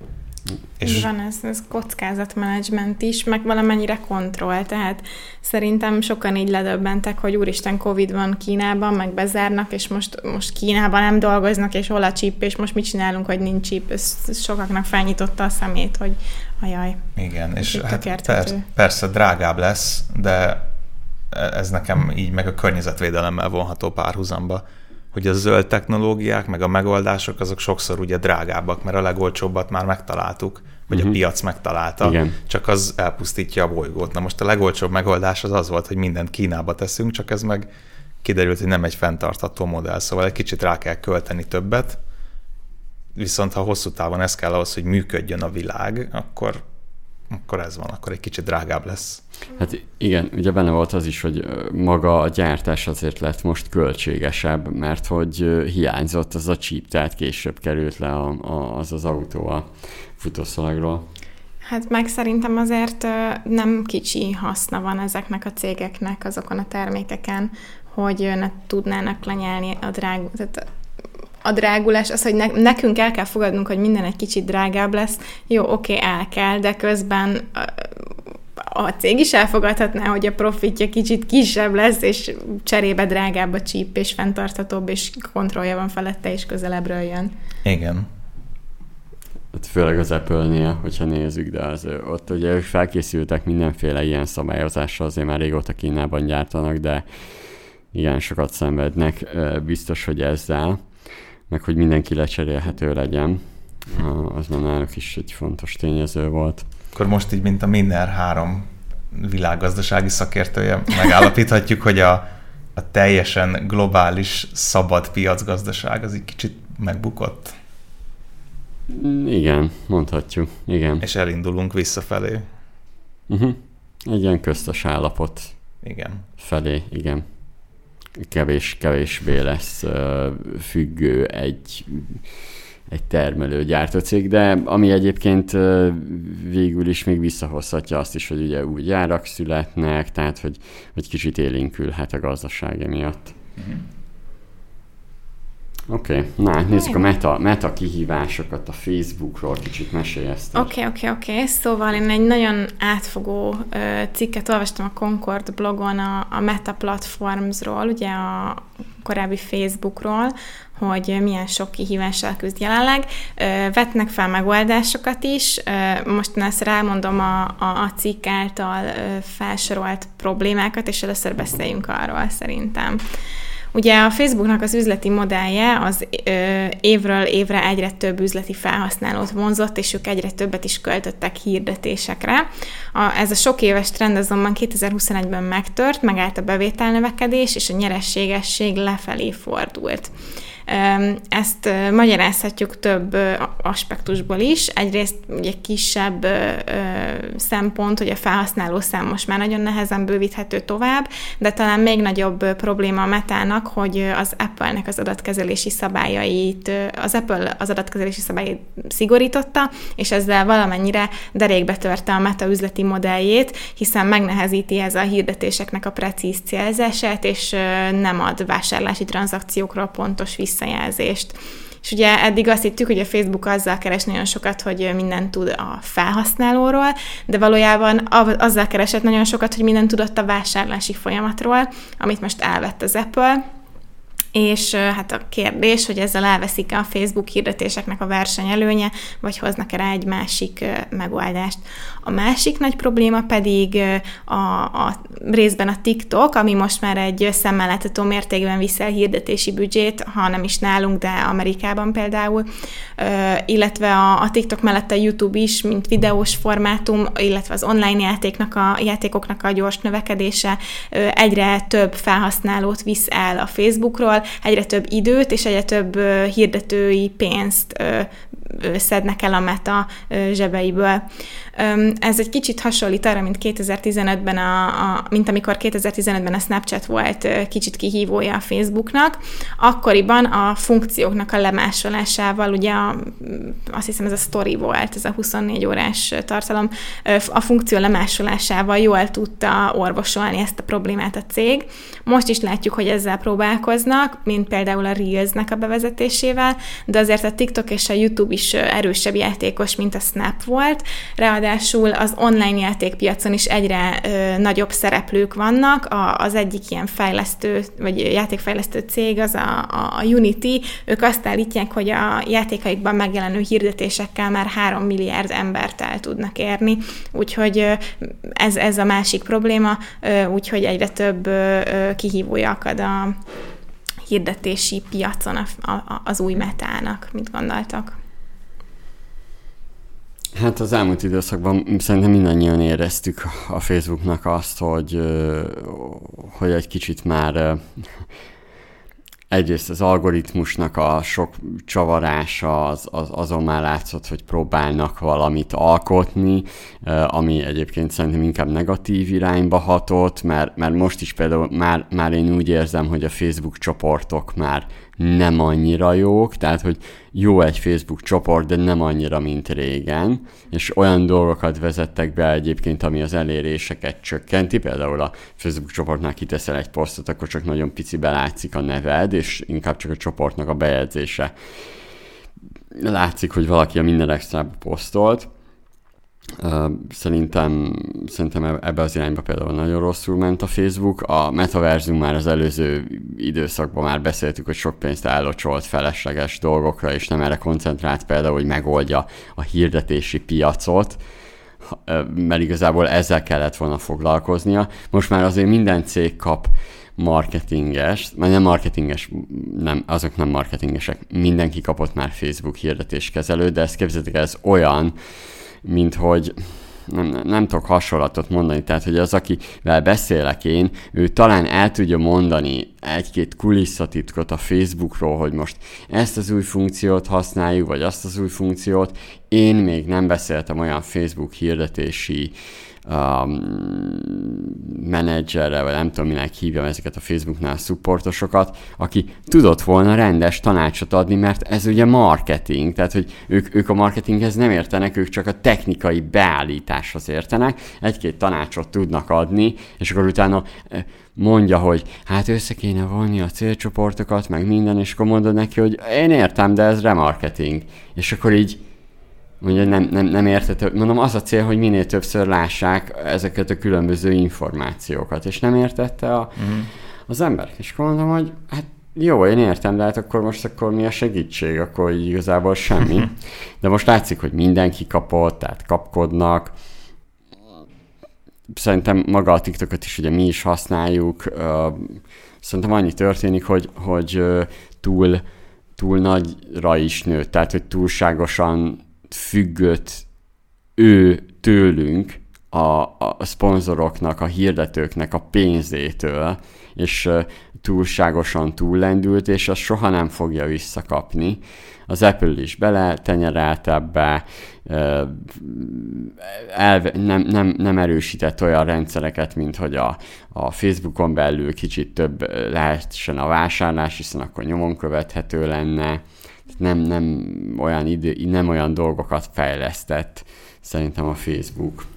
És van ez kockázatmenedzsment is, meg valamennyire kontroll, tehát szerintem sokan így ledöbbentek, hogy úristen, Covid van Kínában, meg bezárnak, és most Kínában nem dolgoznak, és hol a chip, és most mit csinálunk, hogy nincs chip. Ez sokaknak felnyitotta a szemét, hogy ajaj. Igen, és hát persze drágább lesz, de ez nekem így meg a környezetvédelemmel vonható párhuzamba, hogy a zöld technológiák, meg a megoldások, azok sokszor ugye drágábbak, mert a legolcsóbbat már megtaláltuk, vagy a piac megtalálta, igen. Csak az elpusztítja a bolygót. Na most a legolcsóbb megoldás az volt, hogy mindent Kínába teszünk, csak ez meg kiderült, hogy nem egy fenntartható modell, szóval egy kicsit rá kell költeni többet, viszont ha hosszú távon ez kell ahhoz, hogy működjön a világ, akkor ez van, akkor egy kicsit drágább lesz. Hát igen, ugye benne volt az is, hogy maga a gyártás azért lett most költségesebb, mert hogy hiányzott az a chip, tehát később került le az autó a futószalagról. Hát meg szerintem azért nem kicsi haszna van ezeknek a cégeknek azokon a termékeken, hogy ne tudnának lenyelni a drágulás, az, hogy nekünk el kell fogadnunk, hogy minden egy kicsit drágább lesz. Jó, oké, el kell, de közben a cég is elfogadhatná, hogy a profitja kicsit kisebb lesz, és cserébe drágább a chip, és fenntarthatóbb, és kontrollja van felette, és közelebbről jön. Igen. Főleg az Apple-nél, hogyha nézzük, de ott ugye ők felkészültek mindenféle ilyen szabályozással, azért már régóta Kínában gyártanak, de igen, sokat szenvednek, biztos, hogy ezzel, meg hogy mindenki lecserélhető legyen. Az már náluk is egy fontos tényező volt. Akkor most így, mint a Minner 3 világgazdasági szakértője, megállapíthatjuk, hogy a teljesen globális, szabad piacgazdaság az egy kicsit megbukott. Igen, mondhatjuk, igen. És elindulunk visszafelé. Egy ilyen köztes állapot. Igen. Felé, igen. Kevésbé lesz függő egy termelő gyártócég, de ami egyébként végül is még visszahozhatja azt is, hogy ugye új gyárak születnek, tehát hogy kicsit élénkülhet a gazdaság emiatt. Oké, na nézzük a meta kihívásokat a Facebookról, kicsit mesélj ezt. Oké. Szóval én egy nagyon átfogó cikket olvastam a Concord blogon a Meta Platformsról, ugye a korábbi Facebookról, hogy milyen sok kihívással küzd jelenleg. Vetnek fel megoldásokat is. Most ezt rámondom a cikk által felsorolt problémákat, és először beszéljünk arról szerintem. Ugye a Facebooknak az üzleti modellje az évről évre egyre több üzleti felhasználót vonzott, és ők egyre többet is költöttek hirdetésekre. Ez a sok éves trend azonban 2021-ben megtört, megállt a bevételnövekedés, és a nyerességesség lefelé fordult. Ezt magyarázhatjuk több aspektusból is. Egyrészt ugye kisebb szempont, hogy a felhasználó szám most már nagyon nehezen bővíthető tovább, de talán még nagyobb probléma a Metának, hogy az Apple-nek az adatkezelési szabályait szigorította, és ezzel valamennyire derékbe törte a Meta üzleti modelljét, hiszen megnehezíti ez a hirdetéseknek a precíz célzását, és nem ad vásárlási tranzakciókról pontos visszajelzést. És ugye eddig azt hittük, hogy a Facebook azzal keres nagyon sokat, hogy mindent tud a felhasználóról, de valójában azzal keresett nagyon sokat, hogy mindent tudott a vásárlási folyamatról, amit most elvett az Apple. És hát a kérdés, hogy ezzel elveszik a Facebook hirdetéseknek a versenyelőnye, vagy hoznak-e rá egy másik megoldást. A másik nagy probléma pedig a részben a TikTok, ami most már egy szemmel látható mértékben viszel hirdetési büdzsét, ha nem is nálunk, de Amerikában például, illetve a TikTok mellett a YouTube is, mint videós formátum, illetve az online játékoknak a gyors növekedése egyre több felhasználót visz el a Facebookról, egyre több időt és egyre több hirdetői pénzt szednek el a Meta zsebeiből. Ez egy kicsit hasonlít arra, mint 2015-ben mint amikor 2015-ben a Snapchat volt kicsit kihívója a Facebooknak. Akkoriban a funkcióknak a lemásolásával, ugye azt hiszem ez a Story volt, ez a 24 órás tartalom, a funkció lemásolásával jól tudta orvosolni ezt a problémát a cég. Most is látjuk, hogy ezzel próbálkoznak, mint például a Reels-nek a bevezetésével, de azért a TikTok és a YouTube is erősebb játékos, mint a Snap volt. Ráadásul az online játékpiacon is egyre nagyobb szereplők vannak. Az egyik ilyen fejlesztő, vagy játékfejlesztő cég, az a Unity. Ők azt állítják, hogy a játékaikban megjelenő hirdetésekkel már 3 milliárd embert el tudnak érni. Úgyhogy ez a másik probléma, úgyhogy egyre több kihívója akad a hirdetési piacon az új Metának. Mit gondoltak? Hát az elmúlt időszakban szerintem mindannyian éreztük a Facebooknak azt, hogy egy kicsit már egyrészt az algoritmusnak a sok csavarása azon már látszott, hogy próbálnak valamit alkotni, ami egyébként szerintem inkább negatív irányba hatott, mert most is például már én úgy érzem, hogy a Facebook csoportok már nem annyira jók, tehát hogy jó egy Facebook csoport, de nem annyira, mint régen, és olyan dolgokat vezettek be egyébként, ami az eléréseket csökkenti, például a Facebook csoportnál kiteszel egy posztot, akkor csak nagyon picibe látszik a neved, és inkább csak a csoportnak a bejegyzése. Látszik, hogy valaki a minden extrába posztolt. Szerintem ebbe az irányba például nagyon rosszul ment a Facebook. A metaverzum már az előző időszakban már beszéltük, hogy sok pénzt ellocsolt felesleges dolgokra, és nem erre koncentrált például, hogy megoldja a hirdetési piacot, mert igazából ezzel kellett volna foglalkoznia. Most már azért minden cég kap marketinges, vagy nem marketinges, azok nem marketingesek, mindenki kapott már Facebook hirdetéskezelőt, de ezt képzeljétek, ez olyan, mint hogy nem tudok hasonlatot mondani, tehát hogy az, akivel beszélek én, ő talán el tudja mondani egy-két kulisszatitkot a Facebookról, hogy most ezt az új funkciót használjuk, vagy azt az új funkciót. Én még nem beszéltem olyan Facebook hirdetési menedzserrel, vagy nem tudom, minek hívjam ezeket a Facebooknál a supportosokat, aki tudott volna rendes tanácsot adni, mert ez ugye marketing, tehát hogy ők a marketinghez nem értenek, ők csak a technikai beállításhoz értenek, egy-két tanácsot tudnak adni, és akkor utána mondja, hogy hát össze kéne vonni a célcsoportokat, meg minden, és akkor mondod neki, hogy én értem, de ez remarketing. És akkor így mondja, nem érted, mondom, az a cél, hogy minél többször lássák ezeket a különböző információkat, és nem értette az ember. És akkor mondom, hogy hát jó, én értem, de hát akkor mi a segítség, akkor igazából semmi. De most látszik, hogy mindenki kapott, tehát kapkodnak. Szerintem maga a TikTokot is ugye mi is használjuk. Szerintem annyi történik, hogy túl nagyra is nőtt, tehát hogy túlságosan függött ő tőlünk, a szponzoroknak, a hirdetőknek a pénzétől, és túlságosan túllendült, és azt soha nem fogja visszakapni. Az Apple is beletenyerelt ebbe, nem erősített olyan rendszereket, mint hogy a Facebookon belül kicsit több lehessen a vásárlás, hiszen akkor nyomon követhető lenne. Nem olyan dolgokat fejlesztett szerintem a Facebook.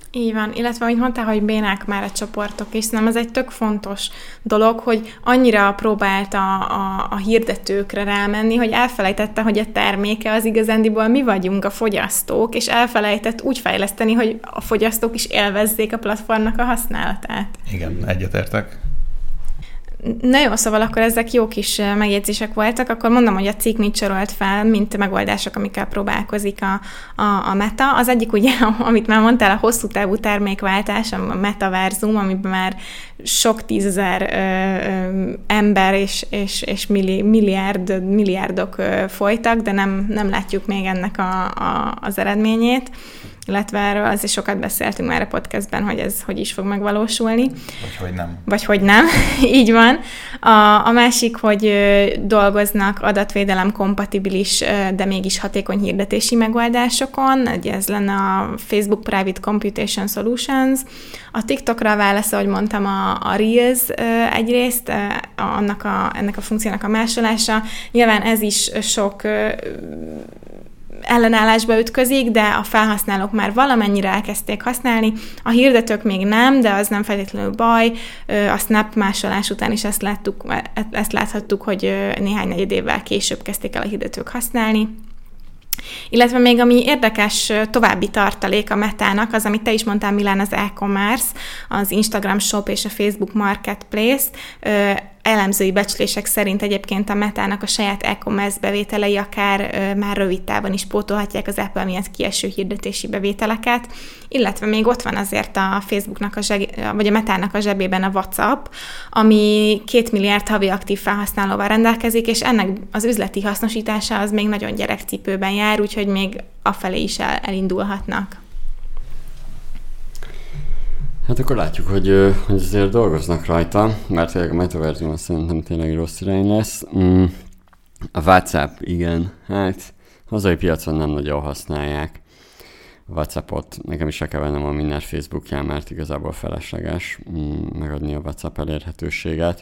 Így van, illetve, ahogy mondtál, hogy bénák már a csoportok, és nem ez egy tök fontos dolog, hogy annyira próbált a hirdetőkre rámenni, hogy elfelejtette, hogy a terméke az igazándiból mi vagyunk, a fogyasztók, és elfelejtett úgy fejleszteni, hogy a fogyasztók is élvezzék a platformnak a használatát. Igen, egyetértek. Na jó, szóval akkor ezek jó kis megjegyzések voltak, akkor mondom, hogy a cikk mit sorolt fel, mint megoldások, amikkel próbálkozik a Meta. Az egyik ugye, amit már mondtál, a hosszú távú termékváltás, a metaverzum, amiben már sok tízezer ember és milliárdok folytak, de nem látjuk még ennek az eredményét, illetve erről azért sokat beszéltünk már a podcastben, hogy ez hogy is fog megvalósulni. Vagy hogy nem. Így van. A másik, hogy dolgoznak adatvédelem kompatibilis, de mégis hatékony hirdetési megoldásokon. Ugye ez lenne a Facebook Private Computation Solutions. A TikTokra válasz, ahogy mondtam, a Reels egyrészt, ennek a funkciónak a másolása. Nyilván ez is sok ellenállásba ütközik, de a felhasználók már valamennyire elkezdték használni, a hirdetők még nem, de az nem feltétlenül baj. A Snap másolás után is ezt láthattuk, hogy néhány negyed évvel később kezdték el a hirdetők használni. Illetve még ami érdekes további tartalék a Metának, az, amit te is mondtál, Milán, az e-commerce, az Instagram Shop és a Facebook Marketplace. Elemzői becslések szerint egyébként a Metának a saját e-commerce bevételei akár már rövid távon is pótolhatják az Apple miatt kieső hirdetési bevételeket, illetve még ott van azért a Facebooknak vagy a Metának a zsebében a WhatsApp, ami 2 milliárd havi aktív felhasználóval rendelkezik, és ennek az üzleti hasznosítása az még nagyon gyerekcipőben jár, úgyhogy még afelé is elindulhatnak. Hát akkor látjuk, hogy azért dolgoznak rajta, mert tényleg a metaverzum szerintem tényleg rossz irány lesz. A WhatsApp, igen, hát hazai piacon nem nagyon használják a WhatsAppot. Nekem is se kell vennem a minden Facebookján, mert igazából felesleges megadni a WhatsApp elérhetőséget.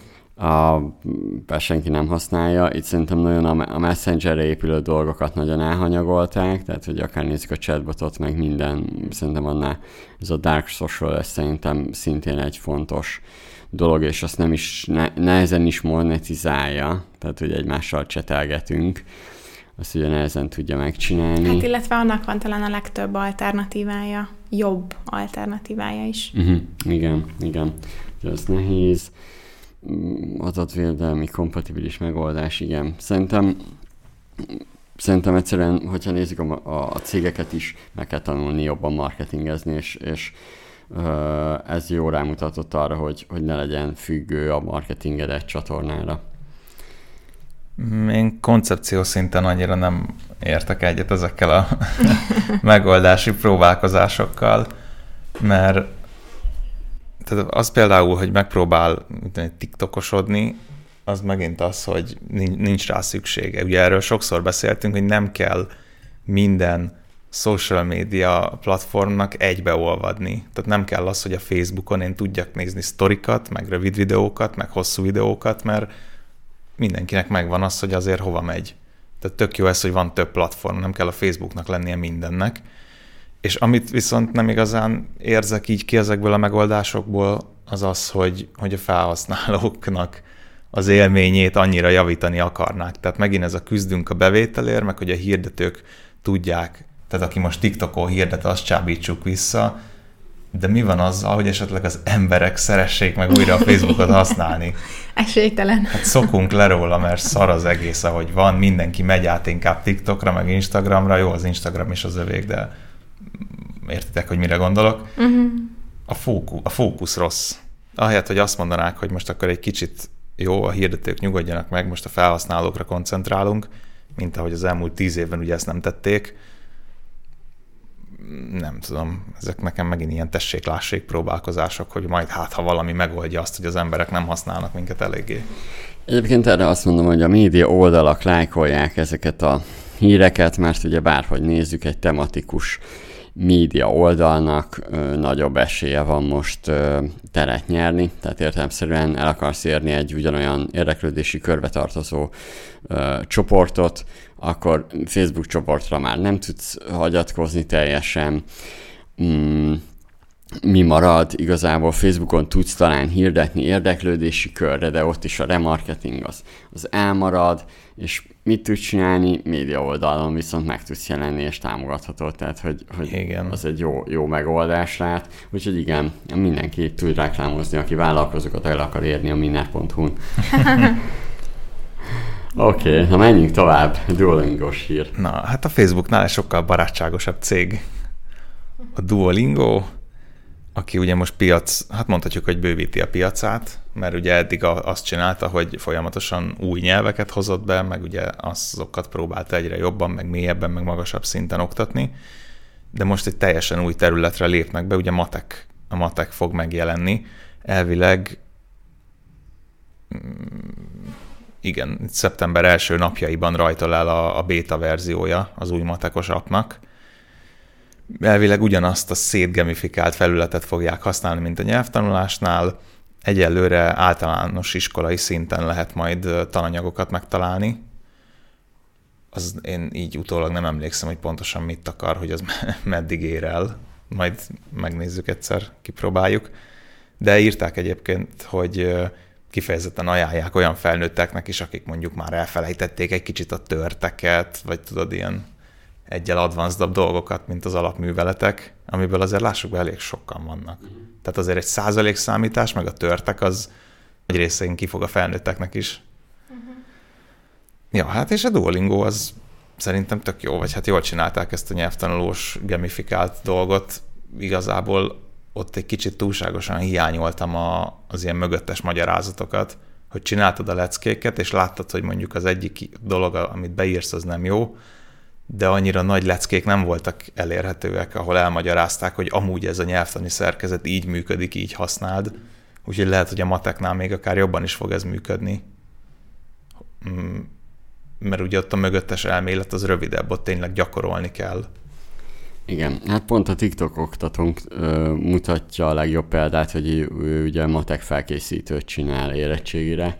Bár senki nem használja. Itt szerintem nagyon a Messengerre épülő dolgokat nagyon elhanyagolták, tehát hogy akár nézzük a chatbotot, meg minden, szerintem annál ez a dark social lesz szerintem szintén egy fontos dolog, és azt nem is nehezen is monetizálja, tehát hogy egymással csetelgetünk, azt ugye nehezen tudja megcsinálni. Hát illetve annak van talán a legtöbb alternatívája, jobb alternatívája is. Igen. Ugye az nehéz. Adatvédelmi kompatibilis megoldás, igen. Szerintem egyszerűen, hogyha nézzük a cégeket is, meg kell tanulni jobban marketingezni, és ez jó rámutatott arra, hogy ne legyen függő a marketinged egy csatornára. Én koncepció szinten annyira nem értek egyet ezekkel a megoldási próbálkozásokkal, mert tehát az például, hogy megpróbál TikTokosodni, az megint az, hogy nincs rá szüksége. Ugye erről sokszor beszéltünk, hogy nem kell minden social media platformnak egybeolvadni. Tehát nem kell az, hogy a Facebookon én tudjak nézni sztorikat, meg rövid videókat, meg hosszú videókat, mert mindenkinek megvan az, hogy azért hova megy. Tehát tök jó ez, hogy van több platform, nem kell a Facebooknak lennie mindennek. És amit viszont nem igazán érzek így ki ezekből a megoldásokból, az az, hogy a felhasználóknak az élményét annyira javítani akarnák. Tehát megint ez a küzdünk a bevételért, meg hogy a hirdetők tudják, tehát aki most TikTokon hirdet, azt csábítsuk vissza, de mi van azzal, hogy esetleg az emberek szeressék meg újra a Facebookot használni? Esélytelen. Hát szokunk le róla, mert szar az egész, ahogy van, mindenki megy át inkább TikTokra, meg Instagramra, jó, az Instagram is az övék, de értitek, hogy mire gondolok? A fókusz rossz. Ahelyett, hogy azt mondanák, hogy most akkor egy kicsit jó, a hirdetők nyugodjanak meg, most a felhasználókra koncentrálunk, mint ahogy az elmúlt 10 évben ugye ezt nem tették. Nem tudom, ezek nekem megint ilyen tessék-lássék próbálkozások, hogy majd ha valami megoldja azt, hogy az emberek nem használnak minket eléggé. Egyébként erre azt mondom, hogy a média oldalak lájkolják ezeket a híreket, mert ugye bárhogy nézzük, egy tematikus média oldalnak nagyobb esélye van most teret nyerni, tehát értelemszerűen el akarsz érni egy ugyanolyan érdeklődési körbe tartozó csoportot, akkor Facebook csoportra már nem tudsz hagyatkozni teljesen. mi marad, igazából Facebookon tudsz talán hirdetni érdeklődési körre, de ott is a remarketing az elmarad, és mit tudsz csinálni? Média oldalon viszont meg tudsz jelenni, és támogatható, tehát hogy az egy jó megoldás rá. Úgyhogy igen, mindenki tud reklámozni, aki vállalkozókat el akar érni a minner.hu-n. Oké, na menjünk tovább. Duolingos hír. Na, hát a Facebooknál egy sokkal barátságosabb cég. A Duolingo, aki ugye most hát mondhatjuk, hogy bővíti a piacát, mert ugye eddig azt csinálta, hogy folyamatosan új nyelveket hozott be, meg ugye azokat próbálta egyre jobban, meg mélyebben, meg magasabb szinten oktatni, de most egy teljesen új területre lépnek be, ugye a matek fog megjelenni. Elvileg igen, szeptember első napjaiban rajtol el a beta verziója az új matekos appnak. Elvileg ugyanazt a szétgamifikált felületet fogják használni, mint a nyelvtanulásnál. Egyelőre általános iskolai szinten lehet majd tananyagokat megtalálni. Én így utólag nem emlékszem, hogy pontosan mit akar, hogy az meddig ér el. Majd megnézzük egyszer, kipróbáljuk. De írták egyébként, hogy kifejezetten ajánlják olyan felnőtteknek is, akik mondjuk már elfelejtették egy kicsit a törteket, vagy tudod, ilyen egyel advanced-abb dolgokat, mint az alapműveletek, amiből azért lássuk be, elég sokan vannak. Tehát azért egy 1% számítás, meg a törtek az egy részén kifog a felnőtteknek is. Ja, hát és a Duolingo az szerintem tök jó, vagy hát jól csinálták ezt a nyelvtanulós gamifikált dolgot. Igazából ott egy kicsit túlságosan hiányoltam az ilyen mögöttes magyarázatokat, hogy csináltad a leckéket, és láttad, hogy mondjuk az egyik dolog, amit beírsz, az nem jó, de annyira nagy leckék nem voltak elérhetőek, ahol elmagyarázták, hogy amúgy ez a nyelvtani szerkezet így működik, így használd. Úgyhogy lehet, hogy a mateknál még akár jobban is fog ez működni. Mert ugye ott a mögöttes elmélet az rövidebb, ott tényleg gyakorolni kell. Igen, hát pont a TikTok oktatónk mutatja a legjobb példát, hogy ő ugye matek felkészítőt csinál érettségire.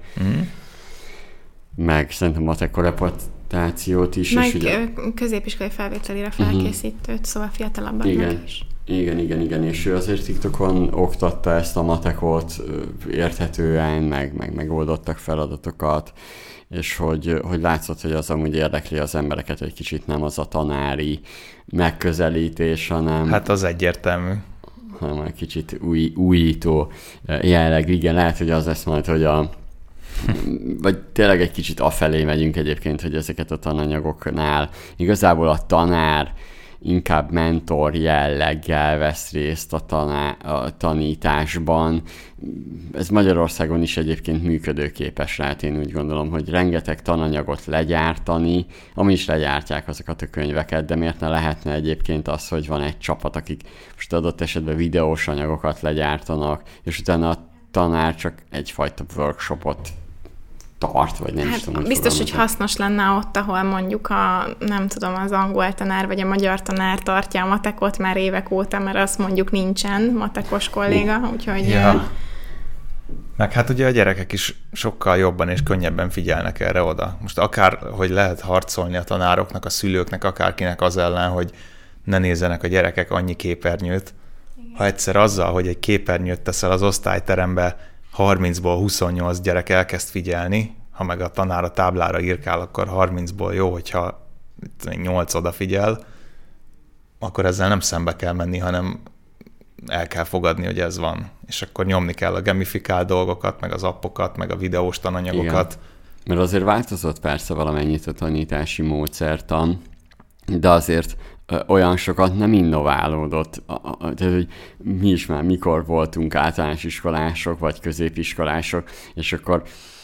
Meg szerintem matek korreportációt is. Meg és ugye középiskolai felvételire felkészítőt, szóval fiatalabbaknak is. Igen, és ő azért TikTokon oktatta ezt a matekot érthetően, meg megoldottak feladatokat, és hogy látszott, hogy az amúgy érdekli az embereket egy kicsit, nem az a tanári megközelítés, hanem... Hát az egyértelmű. Hanem egy kicsit újító jelleg. Igen, lehet, hogy az lesz majd, hogy vagy tényleg egy kicsit afelé megyünk egyébként, hogy ezeket a tananyagoknál igazából a tanár inkább mentor jelleggel vesz részt a tanításban. Ez Magyarországon is egyébként működőképes rá, én úgy gondolom, hogy rengeteg tananyagot legyártani, ami is legyártják azokat a könyveket, de miért ne lehetne egyébként az, hogy van egy csapat, akik most adott esetben videós anyagokat legyártanak, és utána a tanár csak egyfajta workshopot tart, vagy nem is tudom. Biztos, hogy hasznos lenne ott, ahol mondjuk nem tudom, az angol tanár, vagy a magyar tanár tartja a matekot már évek óta, mert azt mondjuk nincsen matekos kolléga, úgyhogy... Ja. Meg hát ugye a gyerekek is sokkal jobban és könnyebben figyelnek erre oda. Most akár, hogy lehet harcolni a tanároknak, a szülőknek, akárkinek az ellen, hogy ne nézzenek a gyerekek annyi képernyőt. Ha egyszer azzal, hogy egy képernyőt teszel az osztályterembe, 30-ból 28 gyerek elkezd figyelni, ha meg a tanár a táblára írkál, akkor 30-ból jó, hogyha 8 odafigyel, akkor ezzel nem szembe kell menni, hanem el kell fogadni, hogy ez van. És akkor nyomni kell a gamifikált dolgokat, meg az appokat, meg a videós tananyagokat. Igen. Mert azért változott persze valamennyit a tanítási módszertan, de azért olyan sokat nem innoválódott. Tehát, hogy mi is már mikor voltunk általános iskolások, vagy középiskolások, és akkor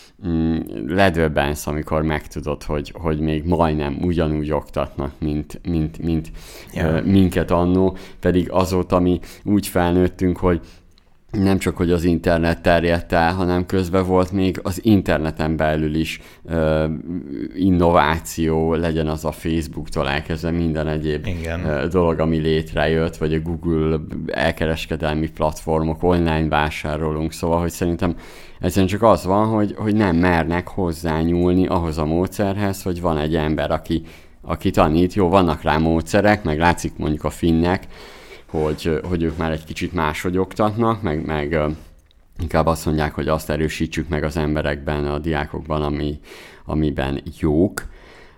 ledöbbensz, amikor megtudod, hogy még majdnem ugyanúgy oktatnak, mint minket annó, pedig azóta mi úgy felnőttünk, hogy nem csak, hogy az internet terjedt el, hanem közben volt még az interneten belül is innováció, legyen az a Facebooktól elkezdve minden egyéb dolog, ami létrejött, vagy a Google elkereskedelmi platformok, online vásárolunk, szóval, hogy szerintem egyszerűen csak az van, hogy nem mernek hozzányúlni ahhoz a módszerhez, hogy van egy ember, aki tanít, jó, vannak rá módszerek, meg látszik mondjuk a finnek, hogy ők már egy kicsit máshogy oktatnak, meg inkább azt mondják, hogy azt erősítsük meg az emberekben, a diákokban, amiben jók.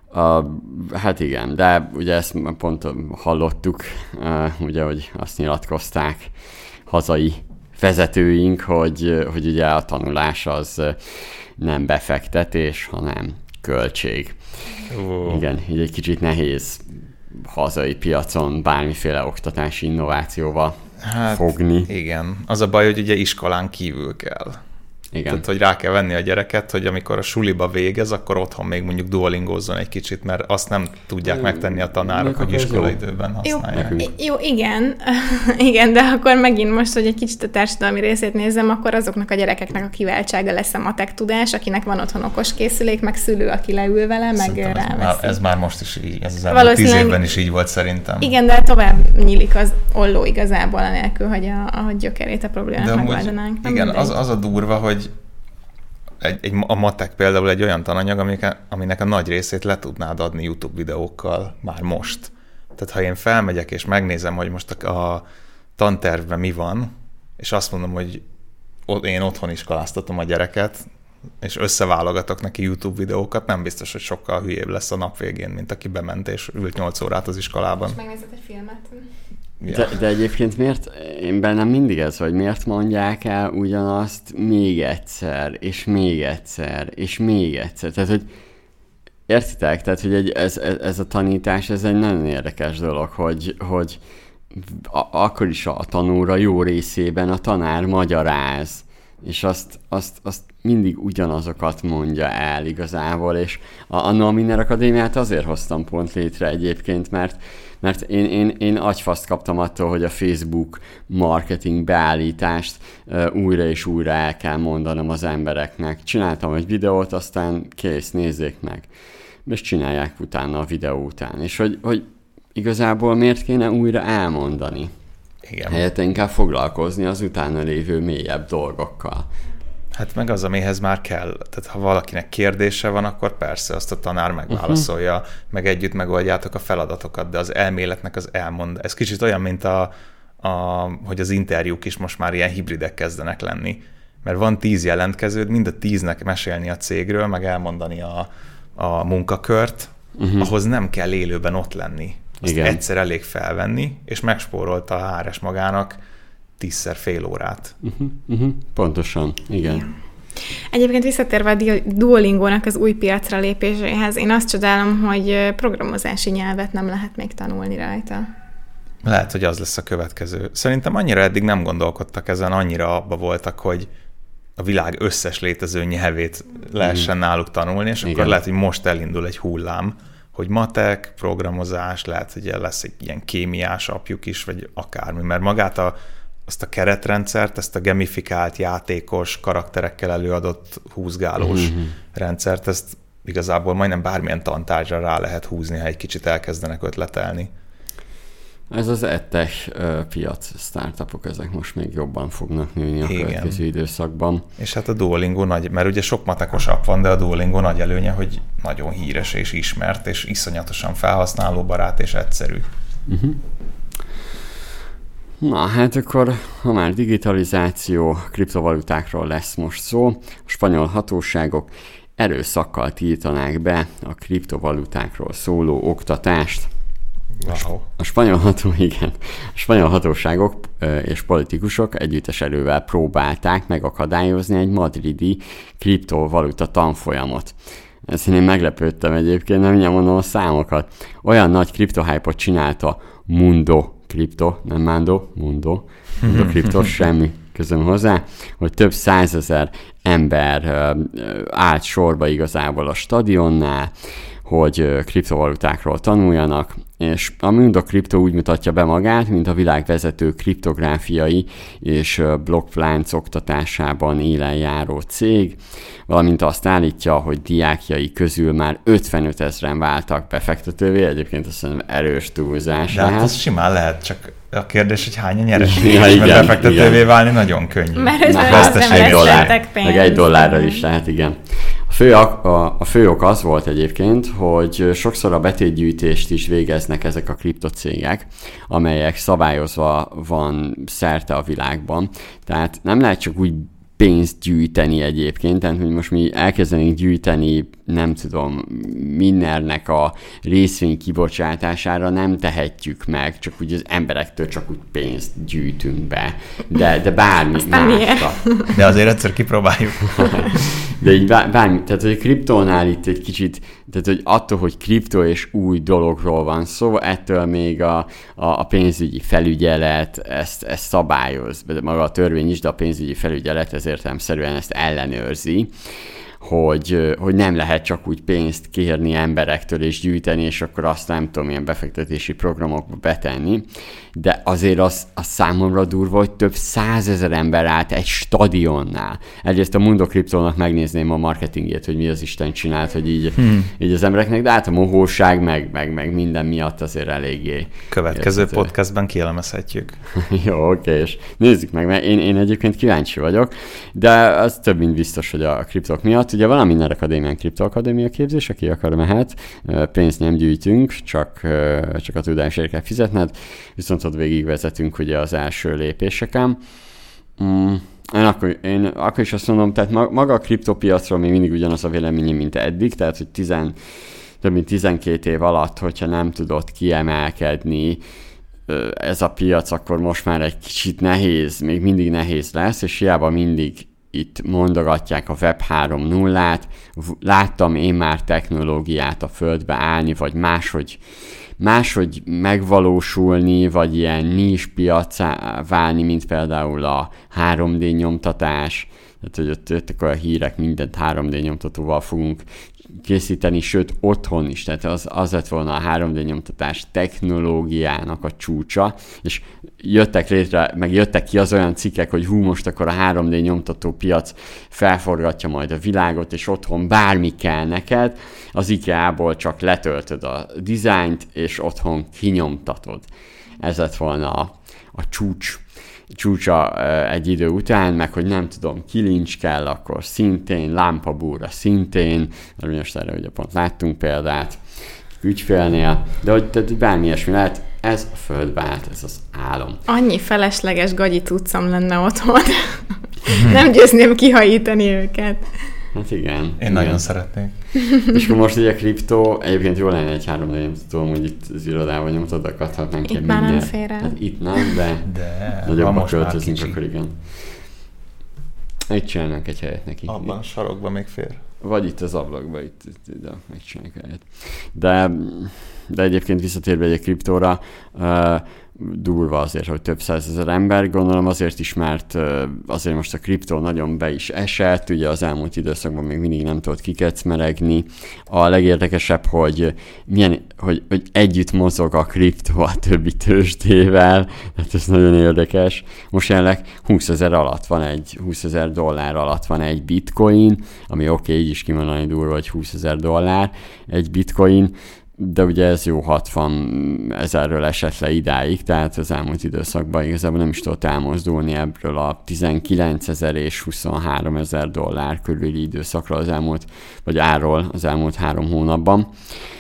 Hát igen, de ugye ezt pont hallottuk, ugye, hogy azt nyilatkozták hazai vezetőink, hogy ugye a tanulás az nem befektetés, hanem költség. Igen, így egy kicsit nehéz hazai piacon bármiféle oktatási innovációval fogni. Igen, az a baj, hogy ugye iskolán kívül kell. Igen. Tehát, hogy rá kell venni a gyereket, hogy amikor a suliba végez, akkor otthon még mondjuk duolingózzon egy kicsit, mert azt nem tudják megtenni a tanárok, hogy iskolaidőben használják. Jó, igen. Igen, de akkor megint most, hogy egy kicsit a társadalmi részét nézem, akkor azoknak a gyerekeknek a kiváltsága lesz a matek tudás, akinek van otthon okos készülék, meg szülő, aki leül vele, meg ráveszi. Ez már most is így, ez az elmúlt 10 évben is így volt szerintem. Igen, de tovább nyílik az olló igazából, anélkül, hogy a gyökerét a problémát megoldanánk. Igen, az a durva, hogy a matek például egy olyan tananyag, aminek a nagy részét le tudnád adni YouTube videókkal már most. Tehát ha én felmegyek és megnézem, hogy most a tantervben mi van, és azt mondom, hogy én otthon iskoláztatom a gyereket, és összeválogatok neki YouTube videókat, nem biztos, hogy sokkal hülyébb lesz a nap végén, mint aki bement és ült 8 órát az iskolában. És megnézed egy filmet. Ja. De egyébként miért, én bennem mindig ez, hogy miért mondják el ugyanazt még egyszer, és még egyszer, és még egyszer. Tehát, hogy értitek? Tehát, hogy ez a tanítás, ez egy nagyon érdekes dolog, hogy akkor is a tanóra jó részében a tanár magyaráz, és azt mindig ugyanazokat mondja el igazából, és a Nominer Akadémiát azért hoztam pont létre egyébként, mert én agyfaszt kaptam attól, hogy a Facebook marketing beállítást újra és újra el kell mondanom az embereknek. Csináltam egy videót, aztán kész, nézzék meg. És csinálják utána a videó után. És hogy igazából miért kéne újra elmondani? Igen. Helyett inkább foglalkozni az utána lévő mélyebb dolgokkal. Hát meg az, amihez már kell. Tehát ha valakinek kérdése van, akkor persze azt a tanár megválaszolja, meg együtt megoldjátok a feladatokat, de az elméletnek az elmond. Ez kicsit olyan, mint hogy az interjúk is most már ilyen hibridek kezdenek lenni. Mert van 10 jelentkeződ, mind a 10-nek mesélni a cégről, meg elmondani a munkakört, ahhoz nem kell élőben ott lenni. Azt egyszer elég felvenni, és megspórolta a HRS magának 10-szer fél órát. Pontosan, igen. Egyébként visszatérve a Duolingónak az új piacra lépéséhez, én azt csodálom, hogy programozási nyelvet nem lehet még tanulni rajta. Lehet, hogy az lesz a következő. Szerintem annyira eddig nem gondolkodtak ezen, annyira abba voltak, hogy a világ összes létező nyelvét lehessen náluk tanulni, és akkor lehet, hogy most elindul egy hullám, hogy matek, programozás, lehet, hogy lesz egy ilyen kémiás apjuk is, vagy akármi, mert magát azt a keretrendszert, ezt a gamifikált, játékos, karakterekkel előadott húzgálós rendszert, ezt igazából majdnem bármilyen tantárgyra rá lehet húzni, ha egy kicsit elkezdenek ötletelni. Ez az edtech piac, startupok, ezek most még jobban fognak nőni a következő időszakban. És hát a Duolingo nagy, mert ugye sok matekos app van, de a Duolingo nagy előnye, hogy nagyon híres és ismert, és iszonyatosan felhasználóbarát és egyszerű. Na, hát akkor, ha már digitalizáció, kriptovalutákról lesz most szó, a spanyol hatóságok erőszakkal tiltanák be a kriptovalutákról szóló oktatást. Wow. A spanyol hatóságok és politikusok együttes erővel próbálták megakadályozni egy madridi kriptovaluta tanfolyamot. Ezt én meglepődtem egyébként, nem mondom a számokat. Olyan nagy kriptohype-ot csinálta Mundo Crypto, semmi közöm hozzá, hogy több 100 000 ember állt sorba igazából a stadionnál, hogy kriptovalutákról tanuljanak, és a Mundo Crypto úgy mutatja be magát, mint a világ vezető kriptográfiai és blokklánc oktatásában élen járó cég, valamint azt állítja, hogy diákjai közül már 55 000-en váltak befektetővé, egyébként azt mondom erős túlzás. De hát az simán lehet, csak a kérdés, hogy hányan nyereség, mert befektetővé válni nagyon könnyű. Mert $1 meg $1 is lehet, igen. A A fő ok az volt egyébként, hogy sokszor a betétgyűjtést is végeznek ezek a kriptocégek, amelyek szabályozva van szerte a világban. Tehát nem lehet csak úgy pénzt gyűjteni egyébként, tehát hogy most mi elkezdenénk gyűjteni, nem tudom, mindennek a részvény kibocsátására nem tehetjük meg, csak úgy az emberektől csak úgy pénzt gyűjtünk be. De bármi másra. De azért egyszer kipróbáljuk. De így bármi, tehát hogy a kriptónál itt egy kicsit, tehát hogy attól, hogy kriptó és új dologról van szó, ettől még a pénzügyi felügyelet ezt szabályoz, de maga a törvény is, de a pénzügyi felügyelet ez értelemszerűen ezt ellenőrzi, hogy nem lehet csak úgy pénzt kérni emberektől és gyűjteni, és akkor azt nem tudom, ilyen befektetési programokba betenni. De azért az számomra durva, hogy több 100 000 ember állt egy stadionnál. Egyrészt a Mundo Cryptónak megnézném a marketingjét, hogy mi az Isten csinált, hogy így az embereknek, de hát a mohóság, meg minden miatt azért eléggé. Következő podcastben kielemezhetjük. Jó, oké, és nézzük meg, mert én egyébként kíváncsi vagyok, de az több mint biztos, hogy a kriptok miatt. Ugye van a Minden Akadémián Kriptoakadémia képzés, aki akar mehet, pénzt nem gyűjtünk, csak a tudásért kell fizetned, viszont ott végigvezetünk ugye az első lépéseken. Én akkor is azt mondom, tehát maga a kriptopiacról még mindig ugyanaz a véleményem, mint eddig, tehát hogy több mint 12 év alatt, hogyha nem tudott kiemelkedni ez a piac, akkor most már egy kicsit nehéz, még mindig nehéz lesz, és hiába mindig itt mondogatják a Web 3.0-át, láttam én már technológiát a földbe állni, vagy máshogy megvalósulni, vagy ilyen nis piacá válni, mint például a 3D nyomtatás, tehát hogy ott jöttek olyan hírek, mindent 3D nyomtatóval fogunk készíteni, sőt otthon is, tehát az lett volna a 3D nyomtatás technológiának a csúcsa, és jöttek ki az olyan cikkek, hogy most akkor a 3D nyomtató piac felforgatja majd a világot, és otthon bármi kell neked, az IKEA-ból csak letöltöd a dizájnt, és otthon kinyomtatod. Ez lett volna a csúcsa egy idő után, meg hogy nem tudom, kilincs kell, akkor szintén, lámpabúra szintén, mert most erre ugye pont láttunk példát ügyfélnél, de hogy bármi ilyesmi lehet, ez a földbe állt, ez az álom. Annyi felesleges gagyi cuccom lenne otthon. Nem győzném kihajítani őket. Hát igen. Én nagyon szeretnék. És akkor most ugye a kriptó, egyébként jó lenne egy 3D nyomtató, hogy itt az irodában nyomtathatnánk ki. Itt már nem fér el. Hát itt nem, de nagyobban költözünk, akkor igen. Itt csinálnánk egy helyet neki. Abban a sarokban még fér. Vagy itt az ablakban, itt megcsináljuk a helyet. De egyébként visszatérve egy kriptóra, durva azért, hogy több 100 000 ember, gondolom azért is, mert azért most a kriptó nagyon be is esett, ugye az elmúlt időszakban még mindig nem tudott kikecmeregni. A legérdekesebb, hogy együtt mozog a kriptó a többi tőzsdével, tehát ez nagyon érdekes. Most jelenleg $20,000 alatt van egy bitcoin, ami oké, így is kimondani durva, hogy $20,000 egy bitcoin, de ugye ez jó 60 000-ről esett le idáig, tehát az elmúlt időszakban igazából nem is tudott elmozdulni ebből a 19,000 és 23,000 dollár körüli időszakra árról az elmúlt 3 hónapban.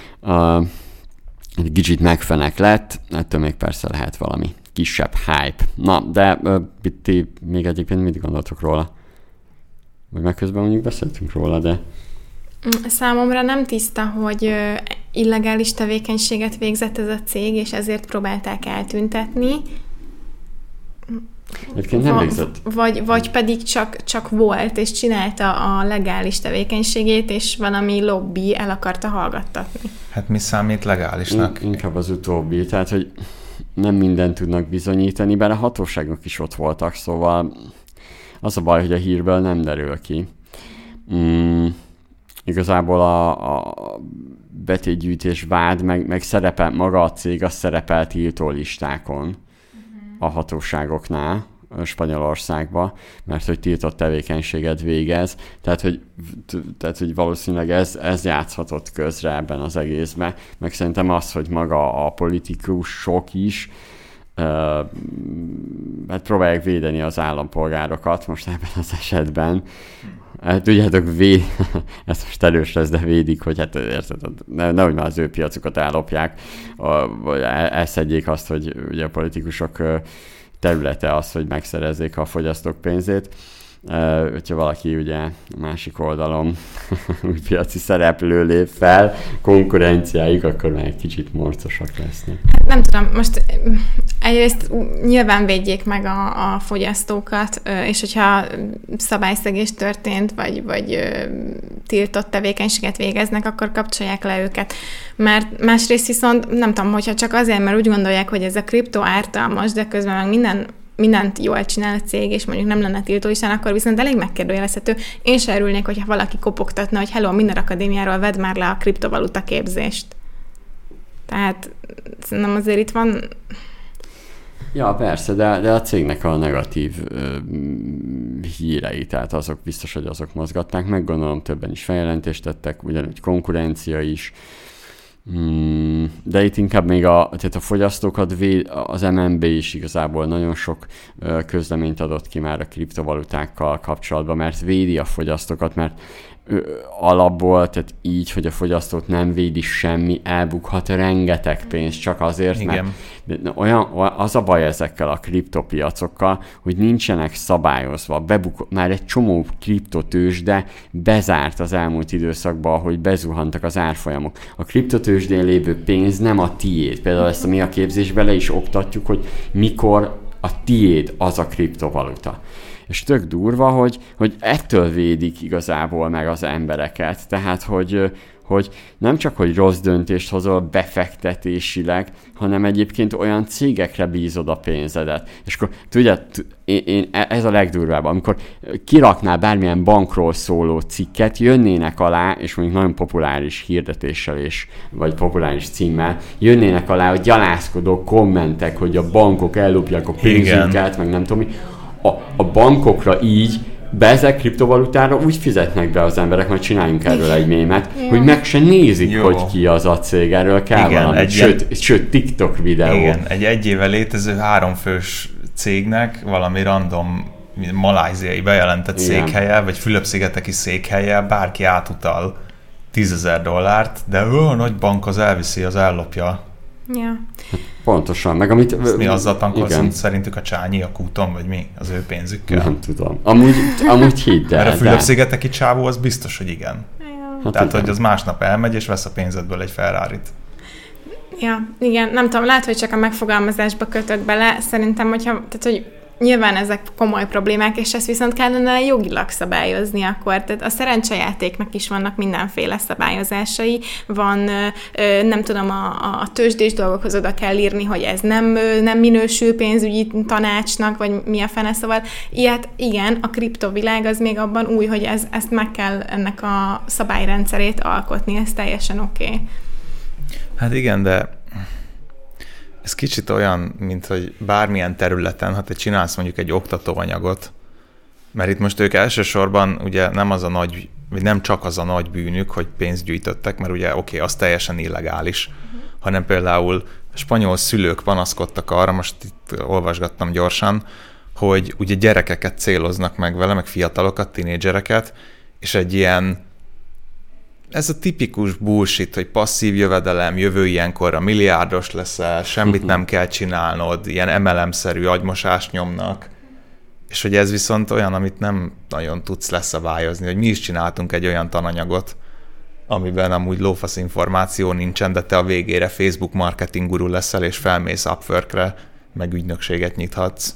Egy kicsit megfenek lett, ettől még persze lehet valami kisebb hype. Na, de ti még egyébként mit gondoltok róla? Vagy meg közben mondjuk beszéltünk róla, de... Számomra nem tiszta, hogy illegális tevékenységet végzett ez a cég, és ezért próbálták eltüntetni. Egyébként nem végzett. Vagy pedig csak volt, és csinálta a legális tevékenységét, és valami lobby el akarta hallgattatni. Hát mi számít legálisnak? Inkább az utóbbi, tehát hogy nem mindent tudnak bizonyítani, bár a hatóságok is ott voltak, szóval az a baj, hogy a hírből nem derül ki. Igazából a betétgyűjtés vád, meg szerepel, maga a cég, az szerepel tiltó listákon a hatóságoknál Spanyolországban, mert hogy tiltott tevékenységet végez, tehát hogy valószínűleg ez játszhatott közre ebben az egészben, meg szerintem az, hogy maga a politikusok is hát próbálják védeni az állampolgárokat most ebben az esetben, tudjátok, ezt most erős lesz, de védik, hogy hát érted, nehogy már az ő piacukat ellopják, vagy elszedjék azt, hogy ugye a politikusok területe az, hogy megszerezzék a fogyasztók pénzét. Hogyha valaki ugye a másik oldalon új piaci szereplő lép fel, konkurenciáik, akkor már egy kicsit morcosak lesznek. Nem tudom, most egyrészt nyilván védjék meg a fogyasztókat, és hogyha szabályszegés történt, vagy tiltott tevékenységet végeznek, akkor kapcsolják le őket. Mert másrészt viszont nem tudom, hogyha csak azért, mert úgy gondolják, hogy ez a kriptó ártalmas, de közben meg mindent jól csinál a cég, és mondjuk nem lenne tiltóistán, akkor viszont elég megkérdőjelezhető. Én se örülnék, hogyha valaki kopogtatna, hogy hello, minden akadémiáról vedd már le a kriptovaluta képzést. Tehát szerintem azért itt van... Ja, persze, de a cégnek a negatív hírei, tehát azok biztos, hogy azok mozgatták meg, gondolom többen is feljelentést tettek, ugyanúgy konkurencia is, de itt inkább még tehát a fogyasztókat az MNB is igazából nagyon sok közleményt adott ki már a kriptovalutákkal kapcsolatban, mert védi a fogyasztókat, mert alapból, tehát így, hogy a fogyasztót nem védi semmi, elbukhat rengeteg pénz csak azért, mert az a baj ezekkel a kriptopiacokkal, hogy nincsenek szabályozva. Már egy csomó kriptotőzsde bezárt az elmúlt időszakban, hogy bezuhantak az árfolyamok. A kriptotőzsdén lévő pénz nem a tiéd. Például ezt a mi a képzésben le is oktatjuk, hogy mikor a tiéd az a kriptovaluta. És tök durva, hogy ettől védik igazából meg az embereket. Tehát, hogy nem csak, hogy rossz döntést hozol befektetésileg, hanem egyébként olyan cégekre bízod a pénzedet. És akkor tudja, ez a legdurvább, amikor kiraknál bármilyen bankról szóló cikket, jönnének alá, és mondjuk nagyon populáris hirdetéssel vagy populáris címmel, jönnének alá, hogy gyalászkodó kommentek, hogy a bankok ellopják a pénzünket, meg nem tudom mi. A bankokra így, ezek kriptovalutára úgy fizetnek be az emberek, majd csináljunk erről egy mémet, hogy meg se nézik, hogy ki az a cég, erről kell valami, sőt TikTok videó. Igen, egy éve létező 3 fős cégnek valami random malajziai bejelentett székhelye, vagy Fülöp-szigeteki székhelye, bárki átutal $10,000, de a nagy bank az elviszi, az ellopja. Ja. Pontosan, meg amit... Ezt mi azzal tankolszunk szerintük a Csányiak úton, vagy mi? Az ő pénzükkel? Nem tudom. Amúgy hidd el. Mert a Fülöp-szigeteki csávó az biztos, hogy igen. Ja. Tehát, hogy az másnap elmegy, és vesz a pénzedből egy Ferrarit. Ja, igen, nem tudom, lehet, hogy csak a megfogalmazásba kötök bele. Szerintem, hogy nyilván ezek komoly problémák, és ezt viszont kellene jogilag szabályozni akkor. Tehát a szerencsejátéknak is vannak mindenféle szabályozásai. Van, nem tudom, a tőzsdés dolgokhoz oda kell írni, hogy ez nem minősül pénzügyi tanácsnak, vagy mi a fene, szóval ilyet, igen, a kriptovilág az még abban új, hogy ezt meg kell ennek a szabályrendszerét alkotni, ez teljesen oké. Hát igen, de ez kicsit olyan, mint hogy bármilyen területen, ha te csinálsz mondjuk egy oktatóanyagot, mert itt most ők elsősorban ugye nem csak az a nagy bűnük, hogy pénzt gyűjtöttek, mert ugye az teljesen illegális, hanem például spanyol szülők panaszkodtak arra, most itt olvasgattam gyorsan, hogy ugye gyerekeket céloznak meg vele, meg fiatalokat, tinédzsereket, és egy ilyen ez a tipikus bullshit, hogy passzív jövedelem, jövő ilyenkorra milliárdos leszel, semmit nem kell csinálnod, ilyen MLM-szerű agymosást nyomnak, és hogy ez viszont olyan, amit nem nagyon tudsz leszabályozni, hogy mi is csináltunk egy olyan tananyagot, amiben amúgy lófasz információ nincsen, de te a végére Facebook marketing guru leszel, és felmész Upworkre, meg ügynökséget nyithatsz.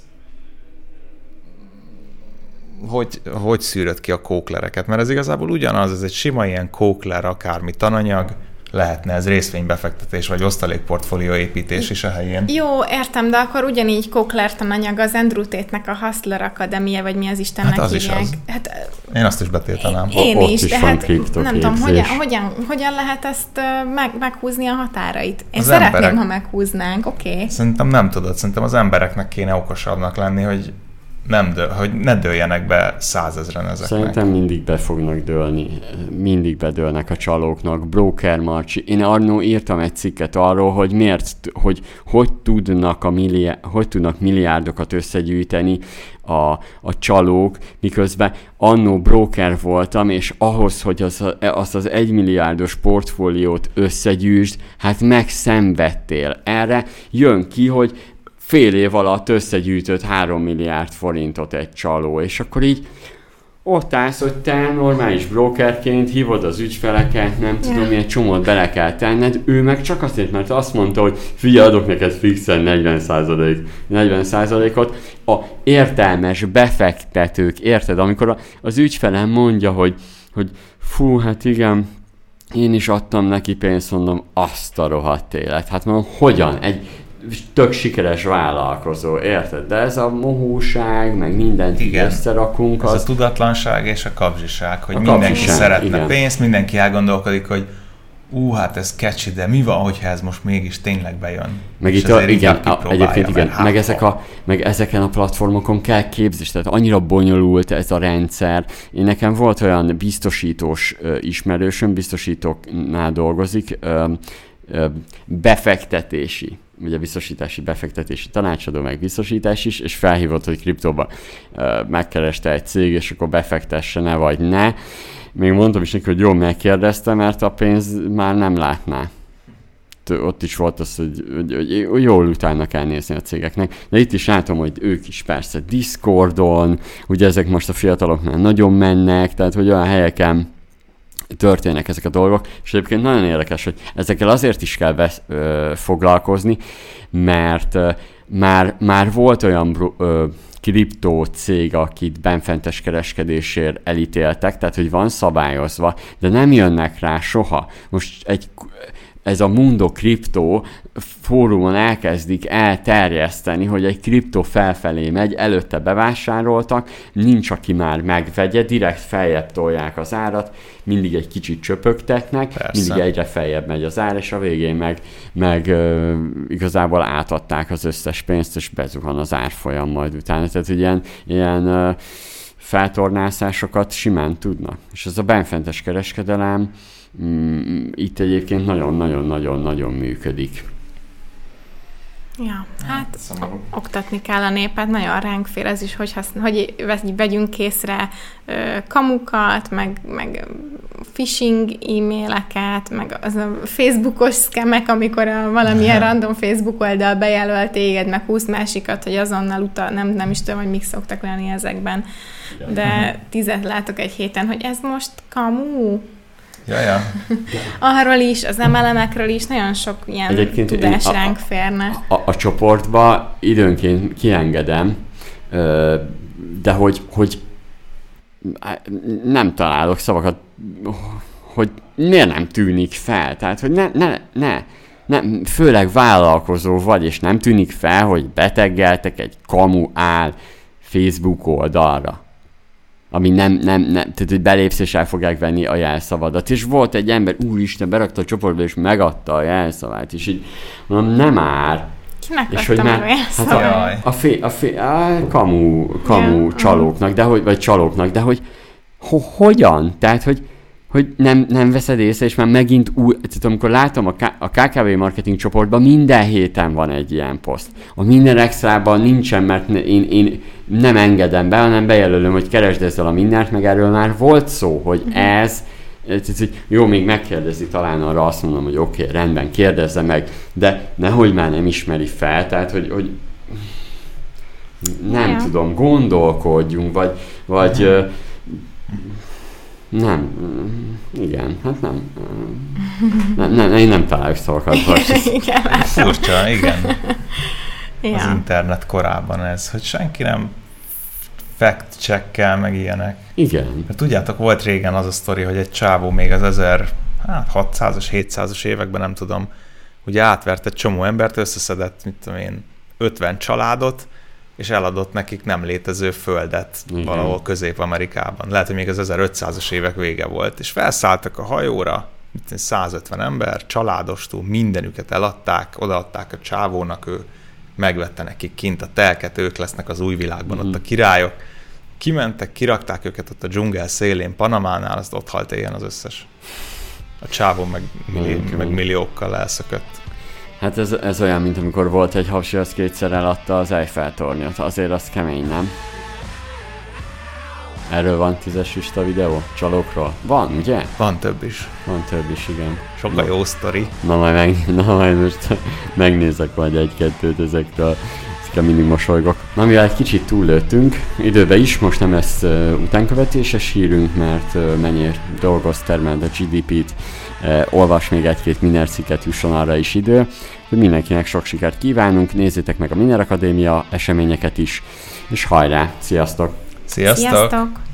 Hogy szűröd ki a kóklereket? Mert ez igazából ugyanaz, ez egy sima ilyen kókler, akármi tananyag, lehetne ez részvénybefektetés vagy osztalékportfólió építés is a helyén. Jó, értem, de akkor ugyanígy kókler tananyag az Andrew Tate-nek a Hustler Akadémia, vagy mi az Istennek hát az hívják. Is az. Hát, én azt is betiltanám. Én is, de hát nem tudom, hogyan lehet ezt meghúzni a határait. Én szeretném, ha meghúznánk, oké. Szerintem nem tudod, szerintem az embereknek kéne okosabbnak lenni, hogy hogy ne dőljenek be 100 000 ezeknek. Szerintem mindig be fognak dőlni. Mindig bedőlnek a csalóknak. Broker Marci. Én annó írtam egy cikket arról, hogy hogy tudnak milliárdokat összegyűjteni a csalók, miközben annó broker voltam, és ahhoz, hogy azt az 1 milliárdos portfóliót összegyűjtsd, hát megszenvedtél. Erre jön ki, hogy fél év alatt összegyűjtött 3 milliárd forintot egy csaló, és akkor így ott állsz, hogy te normális brokerként hívod az ügyfeleket, nem tudom, milyen csomót bele kell tenned, ő meg csak azért, mert azt mondta, hogy figyelj, adok neked fixen 40%-ot. A értelmes befektetők, érted? Amikor az ügyfelem mondja, hogy fú, hát igen, én is adtam neki pénzt, mondom, azt a rohadt élet. Hát mondom, hogyan? Egy tök sikeres vállalkozó, érted? De ez a mohóság, meg mindent összerakunk. Ez a tudatlanság és a kapzsiság, hogy mindenki szeretne pénzt, mindenki elgondolkodik, hogy hát ez catchy, de mi van, hogyha ez most mégis tényleg bejön? Meg itt egyébként meg ezeken a platformokon kell képzés, tehát annyira bonyolult ez a rendszer. Nekem volt olyan biztosítós ismerősöm, biztosítóknál dolgozik, befektetési, ugye biztosítási, befektetési tanácsadó, meg biztosítás is, és felhívott, hogy kriptóba megkereste egy cég, és akkor befektesse-ne, vagy ne. Még mondtam is neki, hogy jól megkérdezte, mert a pénz már nem látná. Ott is volt az, hogy jól utána kell nézni a cégeknek. De itt is látom, hogy ők is persze Discordon, ugye ezek most a fiataloknál nagyon mennek, tehát hogy olyan helyeken történnek ezek a dolgok, és egyébként nagyon érdekes, hogy ezekkel azért is kell foglalkozni, mert már volt olyan kriptó cég, akit benfentes kereskedésért elítéltek, tehát hogy van szabályozva, de nem jönnek rá soha. Most ez a Mundo Crypto fórumon elkezdik elterjeszteni, hogy egy kriptó felfelé megy, előtte bevásároltak, nincs, aki már megvegye, direkt feljebb tolják az árat, mindig egy kicsit csöpögtetnek, mindig egyre feljebb megy az ár, és a végén meg igazából átadták az összes pénzt, és bezuhan az árfolyam majd utána. Tehát ilyen feltornászásokat simán tudnak. És ez a benfentes kereskedelem itt egyébként nagyon-nagyon-nagyon-nagyon működik. Ja, hát oktatni kell a népet, nagyon ránk fér ez is, hogy vegyünk észre kamukat, meg phishing e-maileket, meg az a Facebookos szkemek, amikor valamilyen random Facebook oldal bejelöl téged, meg 20 másikat, hogy azonnal nem is tudom, hogy mik szoktak lenni ezekben, de 10 látok egy héten, hogy ez most kamu. Ja. Arról is, az MLM-ekről is nagyon sok ilyen egyébként tudás ránk férne. A csoportba időnként kiengedem, de hogy nem találok szavakat, hogy miért nem tűnik fel. Tehát, hogy ne, főleg vállalkozó vagy, és nem tűnik fel, hogy beteggeltek egy kamu áll Facebook oldalra, ami nem, tehát hogy belépsz és el fogják venni a jelszavadat. És volt egy ember, úristen, berakta a csoportba és megadta a jelszavát, és így mondom, nem már. Kinek vettem a jelszavát? A kamu csalóknak, de hogy hogyan? Tehát, hogy nem veszed észre, és már megint tehát amikor látom a KKV marketing csoportban, minden héten van egy ilyen poszt. A minden extrában nincsen, mert én nem engedem be, hanem bejelölöm, hogy keresd ezzel a mindent, meg erről már volt szó, hogy ez, jó, még megkérdezi, talán arra azt mondom, hogy oké, rendben, kérdezze meg, de nehogy már nem ismeri fel, tehát, hogy nem tudom, gondolkodjunk, vagy nem. Igen, hát nem. Én nem találok szavakat. Furcsa, igen. Az internet korában ez, hogy senki nem fact-checkkel, meg ilyenek. Igen. Mert tudjátok, volt régen az a sztori, hogy egy csávó még az 1600-as, 700-as években, nem tudom, ugye átvert egy csomó embert, összeszedett, 50 családot, és eladott nekik nem létező földet valahol Közép-Amerikában. Lehet, hogy még az 1500-as évek vége volt. És felszálltak a hajóra, 150 ember, családostól mindenüket eladták, odaadták a csávónak, ő megvette nekik kint a telket, ők lesznek az új világban, ott a királyok. Kimentek, kirakták őket ott a dzsungel szélén, Panamánál, azt ott halt éjjel az összes. A csávon meg milliókkal elszökött. Hát ez olyan, mint amikor volt egy hapsi, az kétszer eladta az Eiffel-tornyot. Azért az kemény, nem? Erről van 10-es lista videó? Csalókról? Van, ugye? Van több is. Van több is, igen. Sokkal jó sztori. Na majd most megnézek majd egy-kettőt ezekről. Ezekkel mindig mosolygok. Na, mivel egy kicsit túllőttünk időbe is, most nem lesz utánkövetéses hírünk, mert mennyire dolgoz, termeld a GDP-t, olvas még egy-két Miner cikket, jusson arra is idő. Mindenkinek sok sikert kívánunk, nézzétek meg a Miner Akadémia eseményeket is, és hajrá! Sziasztok! Sziasztok!